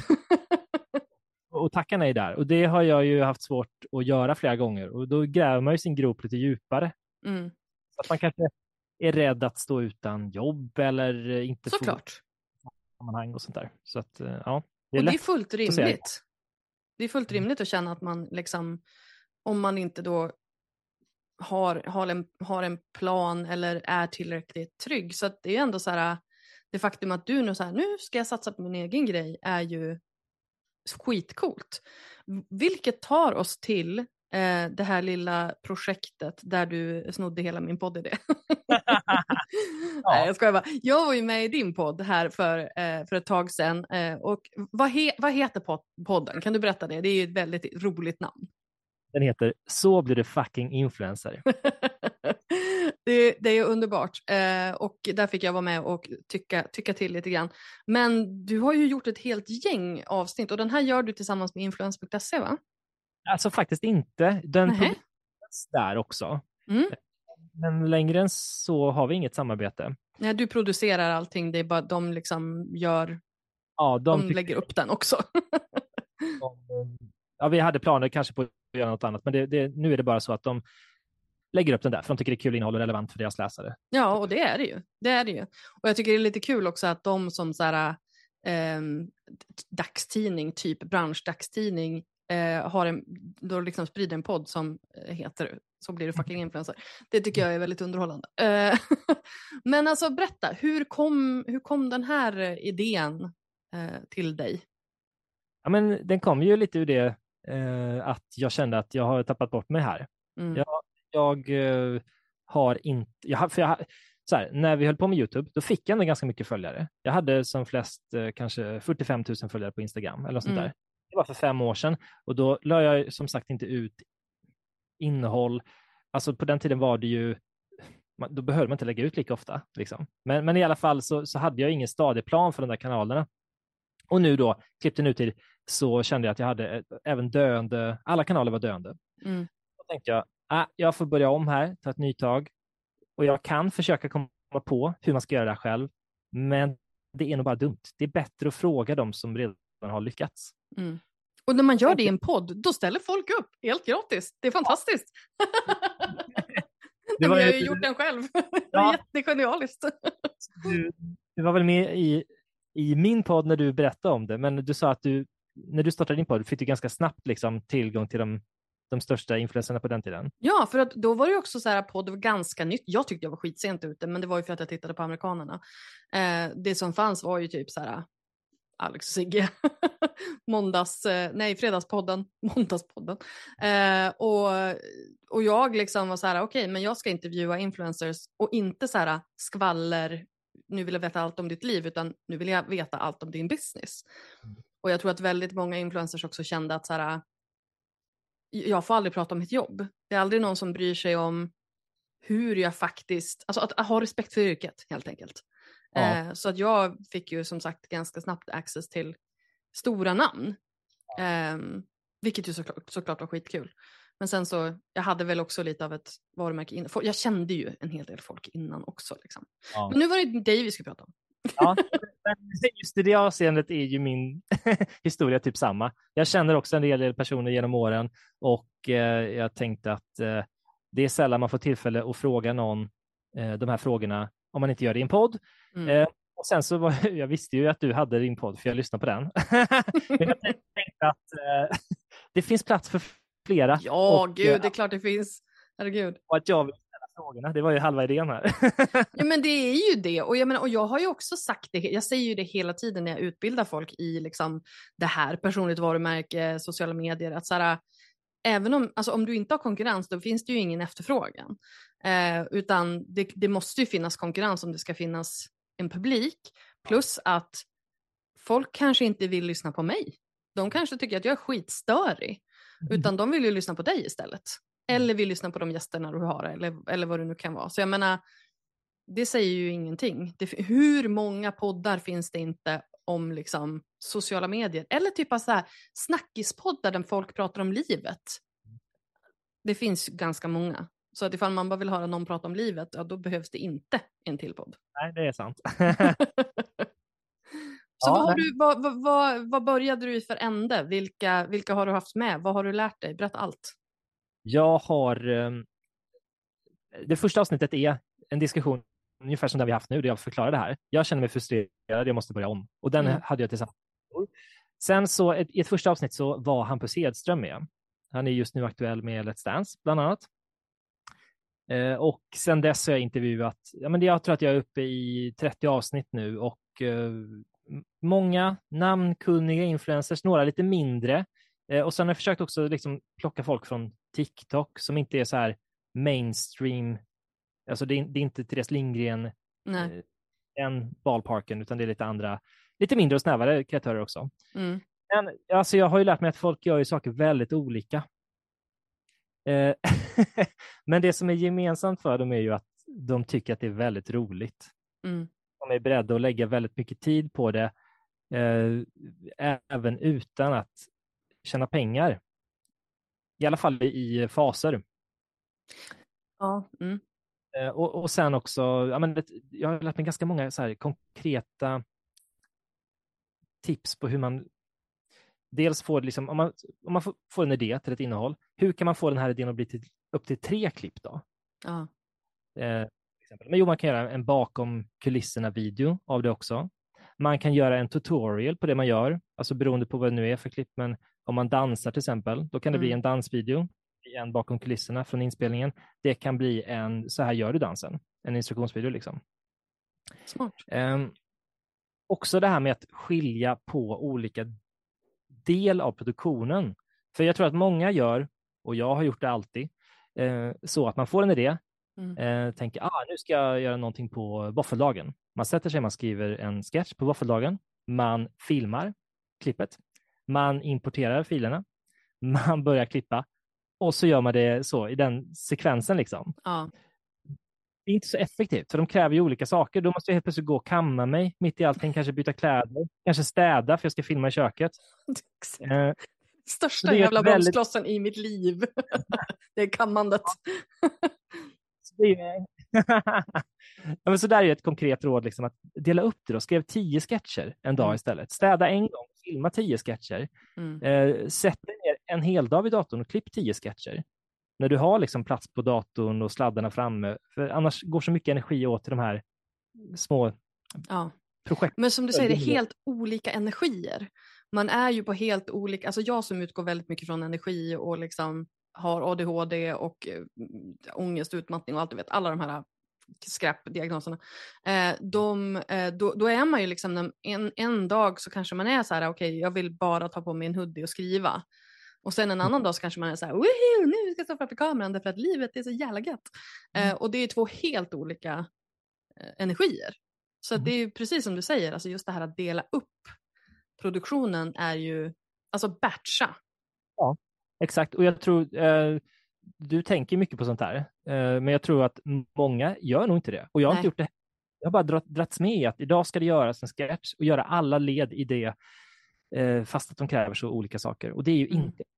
Och tacka nej där. Och det har jag ju haft svårt att göra flera gånger. Och då gräver man ju sin grop lite djupare. Mm. Så att man kanske är rädd att stå utan jobb eller inte Såklart. få sammanhang och sånt där. Så att, ja. Det är, och lätt det är fullt rimligt. Det är fullt rimligt att känna att man liksom, om man inte då har, har, en, har en plan eller är tillräckligt trygg. Så att det är ändå så här, det faktum att du nu så här, nu ska jag satsa på min egen grej är ju skitcoolt. Vilket tar oss till eh, det här lilla projektet där du snodde hela min poddidé. Ja. Nej, jag skojar bara. Jag var ju med i din podd här för, eh, för ett tag sedan. Eh, och vad, he- vad heter podden? Kan du berätta det? Det är ju ett väldigt roligt namn. Den heter Så blir det fucking influencer. det, det är underbart. Eh, och där fick jag vara med och tycka, tycka till lite grann. Men du har ju gjort ett helt gäng avsnitt. Och den här gör du tillsammans med influencer punkt se, va? Alltså faktiskt inte. Den produceras där också. Mm. Men längre än så har vi inget samarbete. Nej, du producerar allting. Det är bara de liksom gör... Ja, de, de lägger upp den också. de, ja, vi hade planer kanske på att göra något annat. Men det, det, nu är det bara så att de lägger upp den där. För de tycker det är kul innehåll och relevant för deras läsare. Ja, och det är det ju. Det är det ju. Och jag tycker det är lite kul också att de som så här, eh, dagstidning, typ branschdagstidning, eh, har en, då liksom sprider en podd som heter Så blir det fucking influencer. Det tycker jag är väldigt underhållande. Eh, men alltså berätta, hur kom, hur kom den här idén eh, till dig? Ja, men den kom ju lite ur det eh, att jag kände att jag har tappat bort mig här. Mm. Jag, jag eh, har inte... Jag, för jag, så här, när vi höll på med YouTube, då fick jag ändå ganska mycket följare. Jag hade som flest eh, kanske fyrtiofem tusen följare på Instagram eller något sånt Mm. där. Det var för fem år sedan. Och då la jag som sagt inte ut innehåll. Alltså på den tiden var det ju... Då behövde man inte lägga ut lika ofta. Liksom. Men, men i alla fall så, så hade jag ingen stadig plan för de där kanalerna. Och nu då, klippte nu till, så kände jag att jag hade även döende... Alla kanaler var döende. Mm. Då tänkte jag, ah, jag får börja om här, ta ett nytag. Och jag kan försöka komma på hur man ska göra det själv. Men det är nog bara dumt. Det är bättre att fråga dem som redan har lyckats. Mm. Och när man gör det i en podd, då ställer folk upp helt gratis. Det är fantastiskt. Det var jag har ju gjort den själv. Det var ja. Jättegenialiskt. Du, du var väl med i, i min podd när du berättade om det. Men du sa att du, när du startade din podd, fick du ganska snabbt liksom, tillgång till de, de största influencerna på den tiden. Ja, för att då var det också så här, podd var ganska nytt. Jag tyckte jag var skitsent ute, men det var ju för att jag tittade på amerikanerna. Eh, det som fanns var ju typ så här Alex och Sigge. Måndags, nej fredagspodden, måndagspodden. Eh, och, och jag liksom var så här, okej, okay, men jag ska intervjua influencers och inte så här skvaller, nu vill jag veta allt om ditt liv, utan nu vill jag veta allt om din business. Mm. Och jag tror att väldigt många influencers också kände att så här, jag får aldrig prata om mitt jobb. Det är aldrig någon som bryr sig om hur jag faktiskt, alltså att, att ha respekt för yrket helt enkelt. Ja. Eh, så att jag fick ju som sagt ganska snabbt access till stora namn. Eh, vilket ju såklart, såklart var skitkul. Men sen så, jag hade väl också lite av ett varumärke innan. Jag kände ju en hel del folk innan också. Liksom. Ja. Men nu var det dig vi ska prata om. Ja, just i det avseendet är ju min historia typ samma. Jag känner också en del personer genom åren och eh, jag tänkte att eh, det är sällan man får tillfälle att fråga någon eh, de här frågorna om man inte gör det i en podd. Mm. Eh, och sen så var jag visste ju att du hade din podd för jag lyssnade på den. Men jag tänkte att eh, det finns plats för flera. Ja, och, gud, det är klart det finns. Herregud. Och att jag vill ställa frågorna, det var ju halva idén här. Ja, men det är ju det. Och jag, menar, och jag har ju också sagt det, jag säger ju det hela tiden när jag utbildar folk i liksom det här, personligt varumärke, sociala medier, att så här, även om, alltså om du inte har konkurrens, då finns det ju ingen efterfrågan. Eh, utan det, det måste ju finnas konkurrens om det ska finnas en publik. Plus att folk kanske inte vill lyssna på mig. De kanske tycker att jag är skitstörig. Utan de vill ju lyssna på dig istället. Eller vill lyssna på de gästerna du har. Eller, eller vad det nu kan vara. Så jag menar, det säger ju ingenting. Det, hur många poddar finns det inte om liksom sociala medier? Eller typ av så här snackispoddar där folk pratar om livet. Det finns ganska många. Så att ifall man bara vill höra någon prata om livet, ja, då behövs det inte en till podd. Nej, det är sant. Så Ja, vad, har nej. du, vad, vad, vad, vad började du i för ände? Vilka, vilka har du haft med? Vad har du lärt dig? Berätta allt. Jag har... eh, Det första avsnittet är en diskussion ungefär som den vi haft nu, där jag förklarar det här. Jag känner mig frustrerad, jag måste börja om. Och den Mm. hade jag tillsammans. Sen så, ett, i ett första avsnitt så var Hampus Hedström med. Han är just nu aktuell med Let's Dance, bland annat. Eh, och sen dess har jag intervjuat, ja, men jag tror att jag är uppe i trettio avsnitt nu och eh, många namnkunniga influencers, några lite mindre. Eh, och sen har jag försökt också liksom plocka folk från TikTok som inte är så här mainstream. Alltså det är, det är inte Therese Lindgren, Nej. eh, en ballparken, utan det är lite andra, lite mindre och snävare kreatörer också. Mm. Men alltså jag har ju lärt mig att folk gör ju saker väldigt olika. Eh, Men det som är gemensamt för dem är ju att de tycker att det är väldigt roligt. Mm. De är beredda att lägga väldigt mycket tid på det, eh, även utan att tjäna pengar. I alla fall i faser. Ja. Mm. Eh, och, och sen också, ja, men det, jag har lärt mig ganska många så här konkreta tips på hur man dels får, liksom, om man, om man får, får en idé till ett innehåll, hur kan man få den här idén att bli till, upp till tre klipp då? Ja. Eh, till exempel. Men jo, man kan göra en bakom kulisserna-video av det också. Man kan göra en tutorial på det man gör, alltså beroende på vad det nu är för klipp, men om man dansar till exempel, då kan det Mm. bli en dansvideo, en bakom kulisserna från inspelningen. Det kan bli en, så här gör du dansen, en instruktionsvideo liksom. Smart. Eh, också det här med att skilja på olika del av produktionen. För jag tror att många gör, och jag har gjort det alltid, eh, så att man får en idé, Mm. eh, tänker, ah, nu ska jag göra någonting på våffeldagen. Man sätter sig, man skriver en sketch på våffeldagen, man filmar klippet, man importerar filerna, man börjar klippa, och så gör man det så i den sekvensen liksom. Ja. Det är inte så effektivt, för de kräver ju olika saker. Då måste jag helt plötsligt gå och kamma mig mitt i allting, kanske byta kläder, kanske städa för jag ska filma i köket. Eh, Största det är jävla ett väldigt- bromsklossen i mitt liv. Det är kammandet. så det är... ja, men så där är ju ett konkret råd, liksom, att dela upp det då. Skriv tio sketcher en dag Mm. istället. Städa en gång, filma tio sketcher. Mm. Eh, sätt dig ner en hel dag vid datorn och klipp tio sketcher. När du har liksom plats på datorn och sladdarna framme. För annars går så mycket energi åt till de här små Ja. projekten. Men som du säger, det är helt olika energier. Man är ju på helt olika, alltså jag som utgår väldigt mycket från energi och liksom har A D H D och äh, ångest, utmattning och allt du vet, alla de här skräpdiagnoserna. Eh, de, eh, då, då är man ju liksom en, en dag så kanske man är så här, okej, okay, jag vill bara ta på mig en hoodie och skriva. Och sen en annan dag så kanske man är så här, woho, nu ska jag stå framför kameran därför att livet är så jävla gött. Eh, och det är två helt olika eh, energier. Så att det är ju precis som du säger, alltså just det här att dela upp produktionen är ju, alltså batcha. Ja, exakt. Och jag tror, eh, du tänker mycket på sånt här, eh, men jag tror att många gör nog inte det. Och jag har Nej. inte gjort det. Jag har bara dratt, dragits med i att idag ska det göras en sketch och göra alla led i det, eh, fast att de kräver så olika saker. Och det är ju Mm. inte...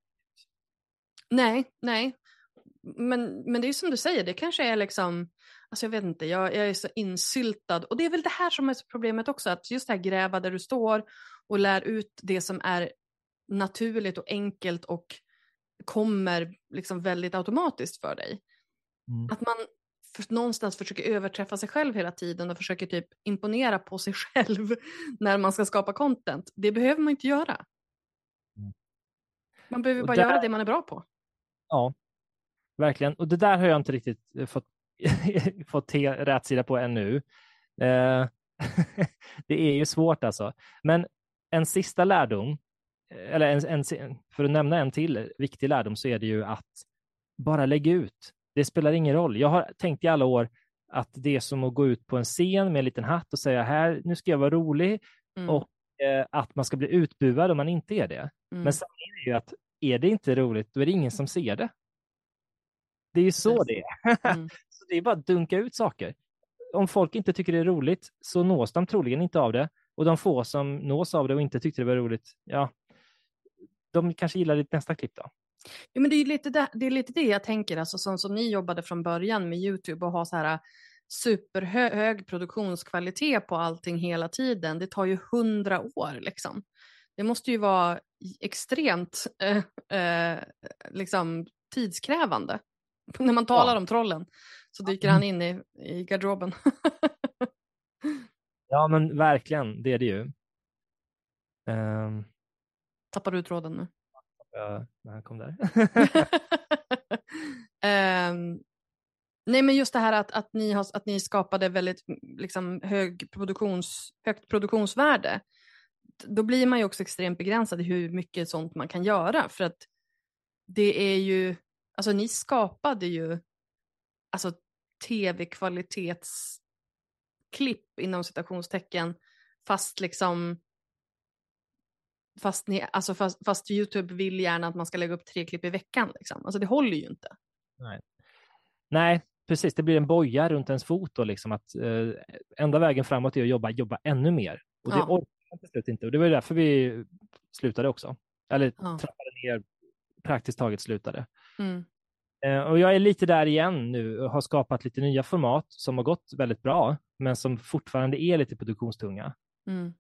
Nej, nej. Men, men det är ju som du säger, det kanske är liksom, alltså jag vet inte, jag, jag är så insyltad. Och det är väl det här som är problemet också, att just det här gräva där du står och lär ut det som är naturligt och enkelt och kommer liksom väldigt automatiskt för dig. Mm. Att man för, någonstans försöker överträffa sig själv hela tiden och försöker typ imponera på sig själv när man ska skapa content. Det behöver man inte göra. Mm. Man behöver Och bara där- göra det man är bra på. Ja, verkligen. Och det där har jag inte riktigt fått, fått te, rätt sida på ännu. Eh, det är ju svårt alltså. Men en sista lärdom eller en, en, för att nämna en till viktig lärdom, så är det ju att bara lägga ut. Det spelar ingen roll. Jag har tänkt i alla år att det är som att gå ut på en scen med en liten hatt och säga här, nu ska jag vara rolig, Mm. och eh, att man ska bli utbuad om man inte är det. Mm. Men sanningen är ju att är det inte roligt, då är det ingen som ser det. Det är ju så det är. Mm. Så det är bara att dunka ut saker. Om folk inte tycker det är roligt, så nås de troligen inte av det. Och de få som nås av det och inte tyckte det var roligt, ja, de kanske gillar ditt nästa klipp då. Ja, men det är ju lite det, det är lite det jag tänker, alltså som, som ni jobbade från början med YouTube och ha så här superhög produktionskvalitet på allting hela tiden. Det tar ju hundra år liksom. Det måste ju vara extremt eh, eh, liksom tidskrävande. När man talar Ja. om trollen så dyker han in i, i garderoben. Ja, men verkligen, det är det ju. Um, Tappar du tråden nu? ja, när han kom där. um, nej, men just det här att, att, ni, har, att ni skapade väldigt liksom, hög produktions, högt produktionsvärde. Då blir man ju också extremt begränsad i hur mycket sånt man kan göra. För att det är ju, alltså ni skapade ju alltså tv-kvalitetsklipp inom citationstecken, fast liksom fast, ni, alltså fast, fast YouTube vill gärna att man ska lägga upp tre klipp i veckan liksom. Alltså det håller ju inte. Nej. Nej, precis. Det blir en boja runt ens fot då, liksom att eh, enda vägen framåt är att jobba, jobba ännu mer. Och det Ja. orkar man till slut inte. Och det var ju därför vi slutade också. Eller Ja. trappade ner, praktiskt taget slutade. Mm. Eh, och jag är lite där igen nu och har skapat lite nya format som har gått väldigt bra, men som fortfarande är lite produktionstunga. Mm.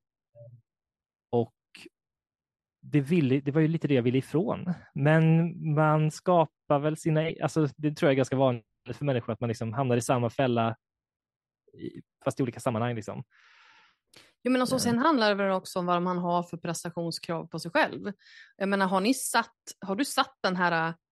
Och det, ville, det var ju lite det jag ville ifrån. Men man skapar väl sina... Alltså det tror jag är ganska vanligt för människor, att man liksom hamnar i samma fälla i, fast i olika sammanhang. Liksom. Jo, men alltså, sen handlar det väl också om vad man har för prestationskrav på sig själv. Jag menar, har ni satt, har du satt den här uh,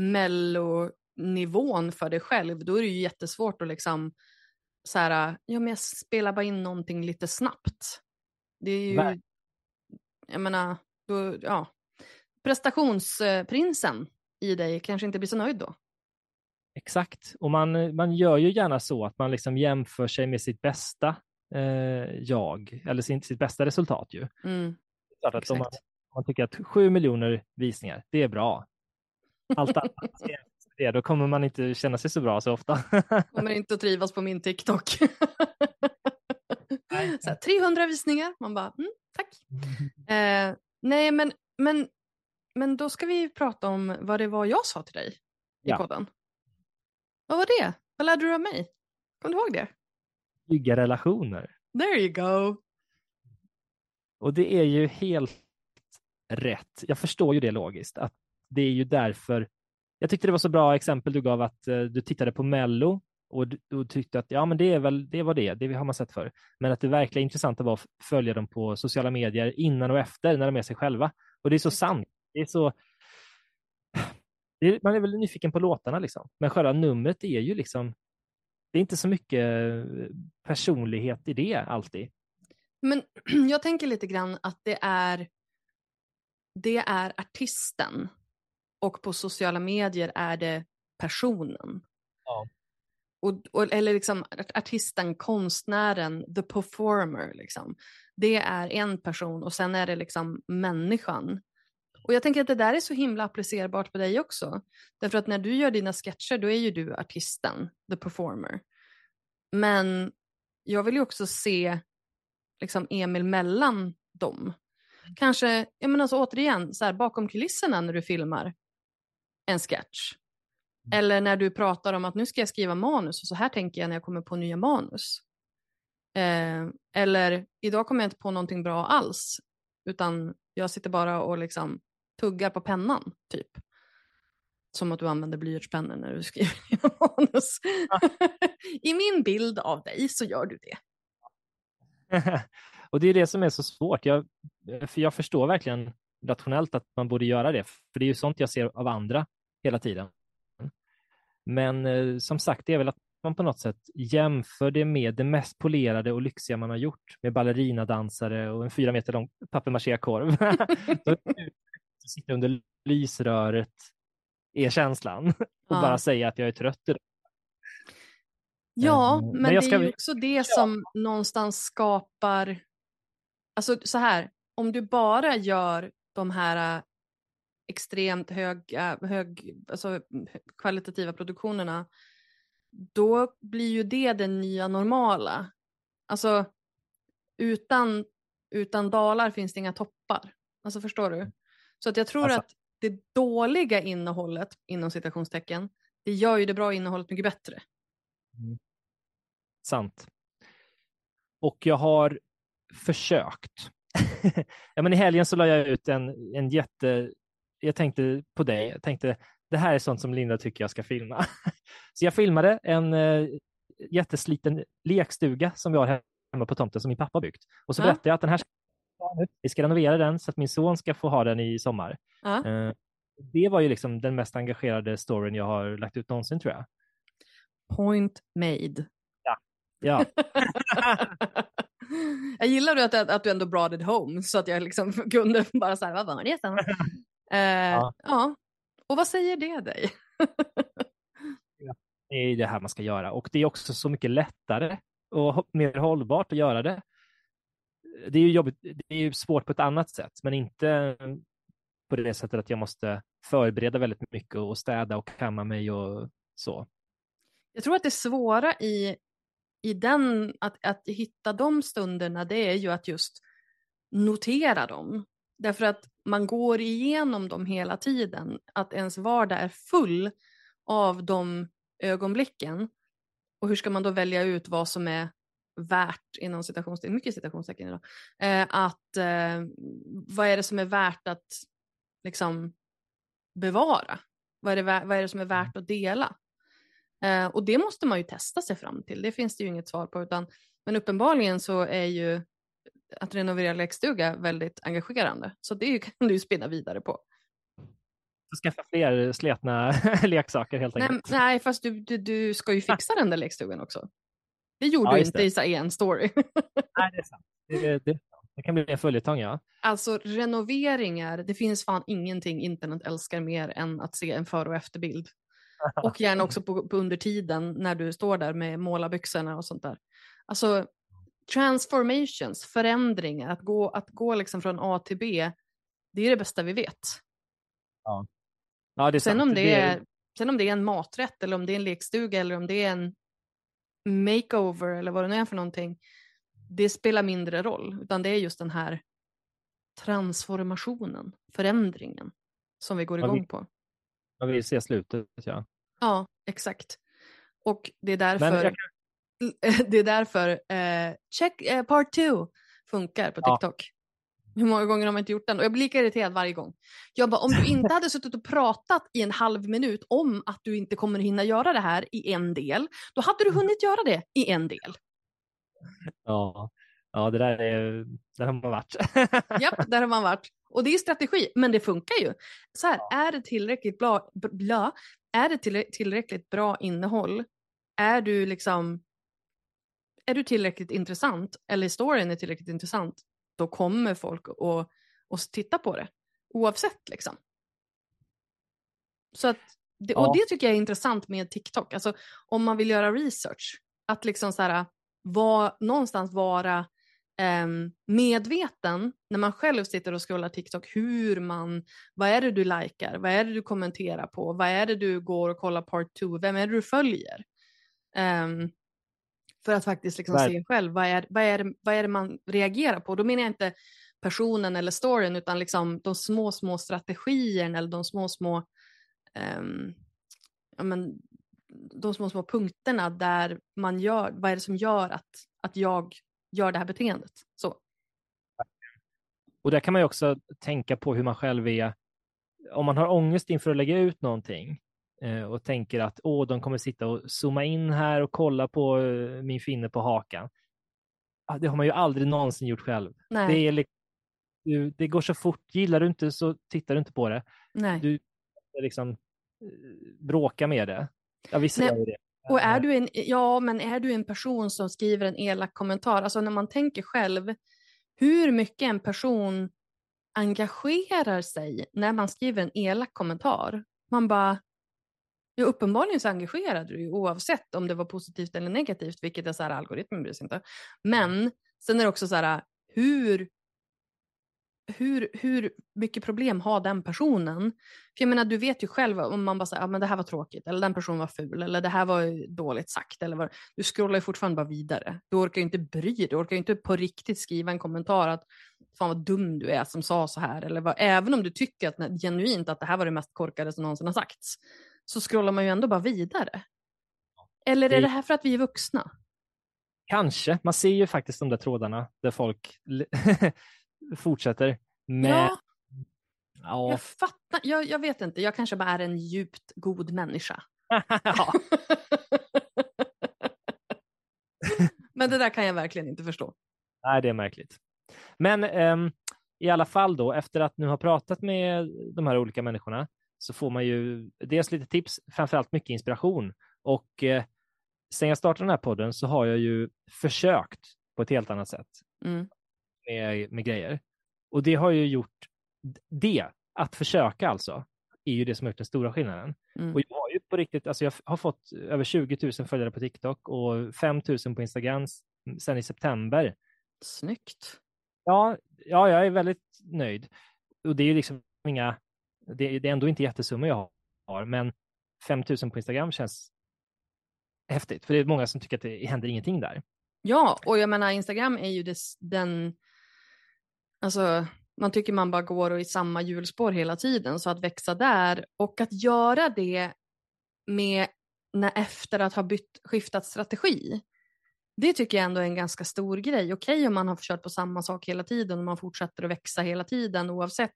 mellonivån för dig själv, då är det ju jättesvårt att liksom så här, ja men jag spelar bara in någonting lite snabbt. Det är ju, Ver- jag menar, då, ja, prestationsprinsen i dig kanske inte blir så nöjd då. Exakt. Och man, man gör ju gärna så att man liksom jämför sig med sitt bästa eh, jag, eller sin, sitt bästa resultat ju. Mm. Klart att om man, om man tycker att sju miljoner visningar, det är bra. Allt annat det, då kommer man inte känna sig så bra så ofta. Kommer inte att trivas på min TikTok. Så här, trehundra visningar, man bara, mm, tack. Eh, nej, men, men, men då ska vi prata om vad det var jag sa till dig i Ja. podden. Vad var det? Vad lärde du av mig? Kommer du ihåg det? Bygga relationer. There you go. Och det är ju helt rätt. Jag förstår ju det logiskt. Att det är ju därför. Jag tyckte det var så bra exempel du gav, att uh, du tittade på Mello och du, du tyckte att ja, men det är väl det var det. Det har man sett för. Men att det verkligen intressanta var att följa dem på sociala medier innan och efter när de är sig själva. Och det är så sant. Det är så. Det är, man är väl nyfiken på låtarna liksom. Men själva numret är ju liksom. Det är inte så mycket personlighet i det alltid. Men jag tänker lite grann att det är det är artisten och på sociala medier är det personen. Ja. Och, och, eller liksom artisten, konstnären, the performer liksom. Det är en person och sen är det liksom människan. Och jag tänker att det där är så himla applicerbart på dig också. Därför att när du gör dina sketcher, då är ju du artisten, the performer. Men jag vill ju också se liksom Emil mellan dem. Kanske, jag menar så återigen, så här, bakom kulisserna när du filmar en sketch. Eller när du pratar om att nu ska jag skriva manus och så här tänker jag när jag kommer på nya manus. Eh, eller idag kommer jag inte på någonting bra alls. Utan jag sitter bara och liksom tuggar på pennan, typ. Som att du använder blyertspennor när du skriver dina manus. I min bild av dig så gör du det. Och det är det som är så svårt. Jag, för jag förstår verkligen rationellt att man borde göra det. För det är ju sånt jag ser av andra hela tiden. Men eh, som sagt, det är väl att man på något sätt jämför det med det mest polerade och lyxiga man har gjort med ballerina-dansare och en fyra meter lång papier-maché-korv. Så sitter under lysröret är känslan och Ja. bara säga att jag är trött idag. Ja, Eh, men, men jag det ska- är ju också det som någonstans skapar... Alltså så här, om du bara gör de här äh, extremt höga, hög, alltså, kvalitativa produktionerna, då blir ju det den nya normala. Alltså, utan, utan dalar finns det inga toppar. Alltså, förstår du? Så att jag tror Alltså- att det dåliga innehållet, inom citationstecken, det gör ju det bra innehållet mycket bättre. Sant. Och jag har försökt. Ja, men i helgen så la jag ut en, en jätte... Jag tänkte på dig. Jag tänkte, det här är sånt som Linda tycker jag ska filma. Så jag filmade en eh, jättesliten lekstuga som vi har hemma på tomten som min pappa byggt. Och så Ja. berättade jag att den här ska vi ska renovera den så att min son ska få ha den i sommar. Ja. Eh, det var ju liksom den mest engagerade storyn jag har lagt ut någonsin, tror jag. Point made. Ja. Jag gillar att, att, att du ändå brought it home så att jag liksom kunde bara säga, vad var det? eh, ja. ja. Och vad säger det dig? Det är det här man ska göra. Och det är också så mycket lättare och mer hållbart att göra det. Det är ju jobbigt, det är ju svårt på ett annat sätt, men inte på det sättet att jag måste förbereda väldigt mycket och städa och kamma mig och så. Jag tror att det svåra i, i den, att, att hitta de stunderna, det är ju att just notera dem. Därför att man går igenom dem hela tiden. Att ens vardag är full av de ögonblicken. Och hur ska man då välja ut vad som är värt, inom citationstecken, mycket citationstecken idag, eh, att eh, vad är det som är värt att liksom bevara? Vad är det, vad är det som är värt att dela? Eh, och det måste man ju testa sig fram till. Det finns det ju inget svar på. Utan, men uppenbarligen så är ju att renovera lekstuga väldigt engagerande. Så det kan du ju spinna vidare på. Skaffa fler sletna leksaker helt Nej, enkelt. nej fast du, du, du ska ju fixa den där lekstugan också. Det gjorde Ja, du just inte det. i så en story. Nej, det är sant. Det, det, det kan bli en följetong, ja. Alltså renoveringar, det finns fan ingenting internet älskar mer än att se en före- och efterbild. Och gärna också på, på under tiden när du står där med målarbyxorna och sånt där. Alltså transformations, förändringar, att gå, att gå liksom från A till B, det är det bästa vi vet. Ja. Ja, det är Sen sant. om det är, sen om det är en maträtt eller om det är en lekstuga eller om det är en makeover eller vad det nu är för någonting, det spelar mindre roll, utan det är just den här transformationen, förändringen som vi går Ja, igång vi- på. Man vill se slutet, ja. Ja, exakt. Och det är Men därför jag det är därför eh, check eh, part two funkar på Ja. TikTok. Hur många gånger har man inte gjort den? Och jag blir lika irriterad varje gång. Jag bara, om du inte hade suttit och pratat i en halv minut om att du inte kommer hinna göra det här i en del, då hade du hunnit göra det i en del. Ja, ja det där är, där har man varit. Japp, där har man varit. Och det är strategi, men det funkar ju. Så här, är det tillräckligt bra, bla, är det till, tillräckligt bra innehåll? Är du liksom är du tillräckligt intressant, eller storyn är tillräckligt intressant, då kommer folk att, att titta på det. Oavsett liksom. Så att, det, Ja. och det tycker jag är intressant med TikTok. Alltså om man vill göra research, att liksom så här, var, någonstans vara Um, medveten när man själv sitter och scrollar TikTok, hur man, vad är det du likar, vad är det du kommenterar på, vad är det du går och kollar part two, vem är det du följer, um, för att faktiskt liksom Ver- se själv, vad är, vad, är det, vad är det man reagerar på. Då menar jag inte personen eller storyn, utan liksom de små små strategierna eller de små små um, ja, men, de små små punkterna där man gör, vad är det som gör att, att jag gör det här beteendet. Så. Och där kan man ju också tänka på hur man själv är. Om man har ångest inför att lägga ut någonting eh, och tänker att åh, de kommer sitta och zooma in här och kolla på eh, min finne på hakan. Ah, det har man ju aldrig någonsin gjort själv. Nej. Det, är liksom, du, det går så fort. Gillar du inte så tittar du inte på det. Nej. Du liksom eh, bråka med det. Ja, vissa Nej. gör ju det. Och är du en, ja, men är du en person som skriver en elak kommentar, alltså när man tänker själv hur mycket en person engagerar sig när man skriver en elak kommentar. Man bara, ja, uppenbarligen så engagerade du ju oavsett om det var positivt eller negativt, vilket är så här, algoritmen bryr sig inte. Men sen är det också så här, hur Hur, hur mycket problem har den personen? För jag menar, du vet ju själv om man bara säger, ja men det här var tråkigt, eller den personen var ful, eller det här var dåligt sagt, eller vad, du scrollar ju fortfarande bara vidare. Du orkar ju inte bry dig, du orkar ju inte på riktigt skriva en kommentar att fan vad dum du är som sa så här, eller vad, även om du tycker att genuint att det här var det mest korkade som någonsin har sagts, så scrollar man ju ändå bara vidare. Eller är det här för att vi är vuxna? Kanske, man ser ju faktiskt de där trådarna där folk fortsätter. Men... Ja, ja. Jag fattar, jag, jag vet inte, jag kanske bara är en djupt god människa. Ja. Men det där kan jag verkligen inte förstå. Nej, det är märkligt. Men um, i alla fall då, efter att nu ha pratat med de här olika människorna, så får man ju dels lite tips, framförallt mycket inspiration. Och eh, sen jag startade den här podden så har jag ju försökt på ett helt annat sätt mm. med, med grejer. Och det har ju gjort det, att försöka alltså, är ju det som har gjort den stora skillnaden. Mm. Och jag har ju på riktigt, alltså jag har fått över tjugo tusen följare på TikTok och fem tusen på Instagram sedan i september. Snyggt. Ja, ja, jag är väldigt nöjd. Och det är ju liksom inga, det, det är ändå inte jättesummor jag har, men fem tusen på Instagram känns häftigt. För det är många som tycker att det händer ingenting där. Ja, och jag menar Instagram är ju des, den, alltså man tycker man bara går i samma hjulspår hela tiden, så att växa där och att göra det med när efter att ha bytt, skiftat strategi, det tycker jag ändå är en ganska stor grej. Okej om man har försökt på samma sak hela tiden och man fortsätter att växa hela tiden oavsett,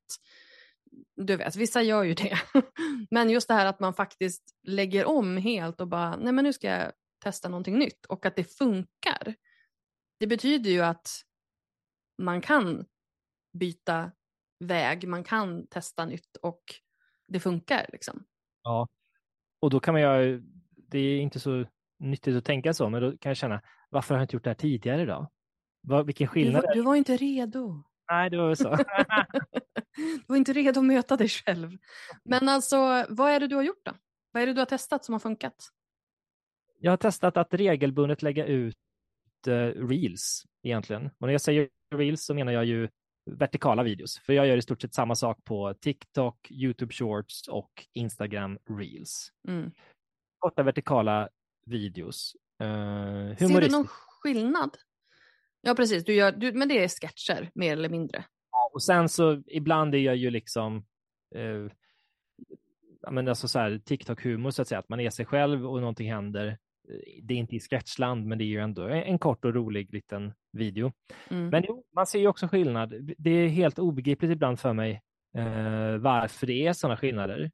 du vet, vissa gör ju det. Men just det här att man faktiskt lägger om helt och bara, nej men nu ska jag testa någonting nytt, och att det funkar. Det betyder ju att man kan byta väg, man kan testa nytt och det funkar liksom. Ja, och då kan man ju, det är inte så nyttigt att tänka så, men då kan jag känna, varför har jag inte gjort det här tidigare då? Vad, vilken skillnad du var, du var inte redo. Nej, det var väl så. Du var inte redo att möta dig själv. Men alltså, vad är det du har gjort då? Vad är det du har testat som har funkat? Jag har testat att regelbundet lägga ut uh, reels egentligen. Och när jag säger reels så menar jag ju vertikala videos. För jag gör i stort sett samma sak på TikTok, YouTube Shorts och Instagram Reels. Mm. Korta vertikala videos. Uh, Ser du någon skillnad? Ja, precis. Du gör, du, men det är sketcher, mer eller mindre. Ja, och sen så ibland är jag ju liksom uh, ja, men alltså så här, TikTok-humor så att säga. Att man är sig själv och någonting händer. Det är inte i sketchland, men det är ju ändå en kort och rolig liten video. Mm. Men jo, man ser ju också skillnad. Det är helt obegripligt ibland för mig eh, varför det är sådana skillnader.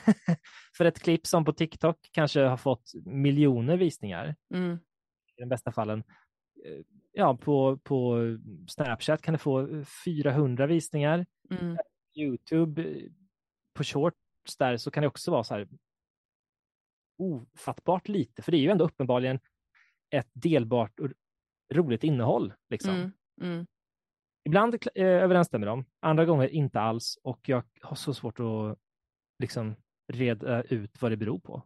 För ett klipp som på TikTok kanske har fått miljoner visningar. Mm. I de bästa fallen. Ja, på, på Snapchat kan det få fyrahundra visningar. Mm. YouTube på Shorts där så kan det också vara så här ofattbart lite, för det är ju ändå uppenbarligen ett delbart och roligt innehåll liksom. Mm, mm. Ibland eh, överensstämmer de, andra gånger inte alls, och jag har så svårt att liksom reda ut vad det beror på.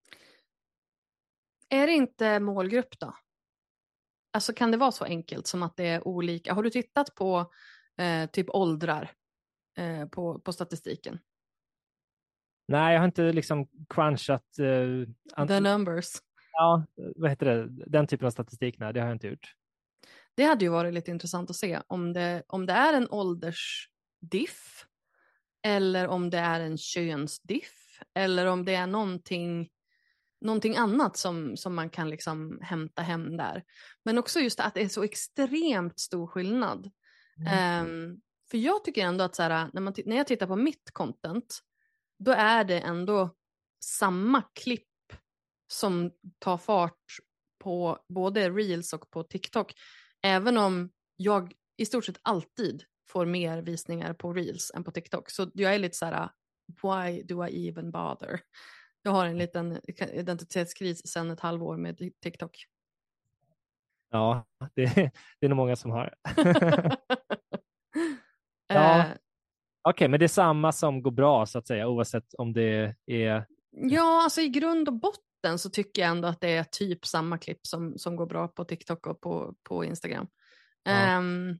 Är det inte målgrupp då? Alltså kan det vara så enkelt som att det är olika? Har du tittat på eh, typ åldrar eh, på, på statistiken? Nej, jag har inte liksom crunchat uh, ant- the numbers. Ja, vad heter det? Den typen av statistik, nej, det har jag inte gjort. Det hade ju varit lite intressant att se om det, om det är en åldersdiff eller om det är en könsdiff eller om det är någonting, någonting annat som, som man kan liksom hämta hem där. Men också just att det är så extremt stor skillnad. Mm. Um, för jag tycker ändå att så här, när, man t- när jag tittar på mitt content, då är det ändå samma klipp som tar fart på både Reels och på TikTok. Även om jag i stort sett alltid får mer visningar på Reels än på TikTok. Så jag är lite så här, why do I even bother? Jag har en liten identitetskris sedan ett halvår med TikTok. Ja, det, det är nog många som har. Ja. Eh, Okej, okay, men det är samma som går bra så att säga, oavsett om det är... Ja, alltså i grund och botten så tycker jag ändå att det är typ samma klipp som, som går bra på TikTok och på, på Instagram. Ja. Um,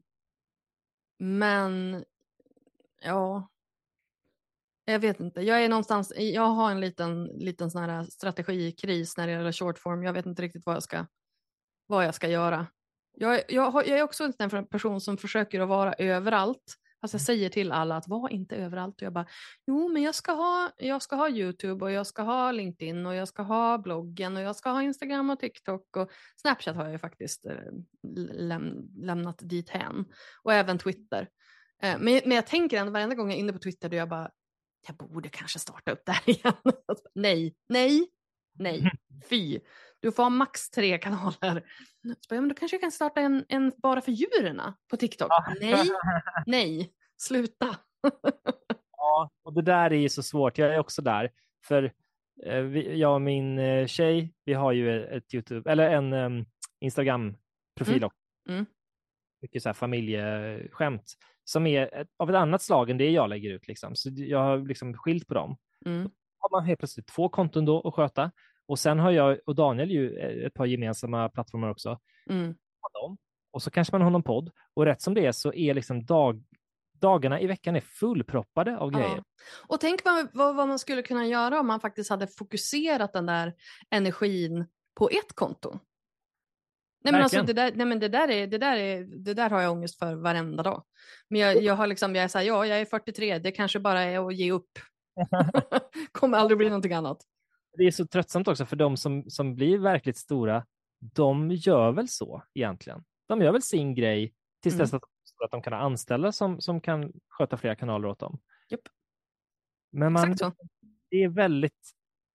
men, ja... Jag vet inte. Jag är någonstans, jag har en liten, liten sån här strategikris när det gäller short form. Jag vet inte riktigt vad jag ska, vad jag ska göra. Jag, jag, har, jag är också en person som försöker att vara överallt. Alltså jag säger till alla att var inte överallt. Och jag bara, jo men jag ska ha, jag ska ha YouTube och jag ska ha LinkedIn och jag ska ha bloggen och jag ska ha Instagram och TikTok och Snapchat har jag ju faktiskt eh, läm, lämnat dit hän. Och även Twitter. Eh, men, men jag tänker ändå varenda gång jag är inne på Twitter då jag bara, jag borde kanske starta upp där igen. nej, nej, nej, fy. Du får ha max tre kanaler. Så bara, ja, men då kanske jag kan starta en, en bara för djuren på TikTok. Nej, nej, sluta. Ja, och det där är ju så svårt. Jag är också där. För eh, vi, jag och min eh, tjej, vi har ju ett YouTube, eller en um, Instagram-profil mm. också. Mm. Mycket så här familjeskämt som är ett, av ett annat slag än det jag lägger ut. Liksom. Så jag har liksom skilt på dem. Mm. Då har man helt plötsligt två konton då att sköta. Och sen har jag och Daniel ju ett par gemensamma plattformar också. Mm. Och så kanske man har någon podd. Och rätt som det är så är liksom dag, dagarna i veckan är fullproppade av grejer. Ja. Och tänk vad, vad, vad man skulle kunna göra om man faktiskt hade fokuserat den där energin på ett konto. Nej men, alltså, det, där, nej men det, där är, det, där är, det där har jag ångest för varenda dag. Men jag, jag har liksom, jag är så här, ja jag är fyrtiotre, det kanske bara är att ge upp. Kommer aldrig bli någonting annat. Det är så tröttsamt också för de som, som blir verkligt stora, de gör väl så egentligen. De gör väl sin grej tills Mm. dess att, att de kan ha anställda som, som kan sköta flera kanaler åt dem. Japp. Men man, Exakt så. det är väldigt...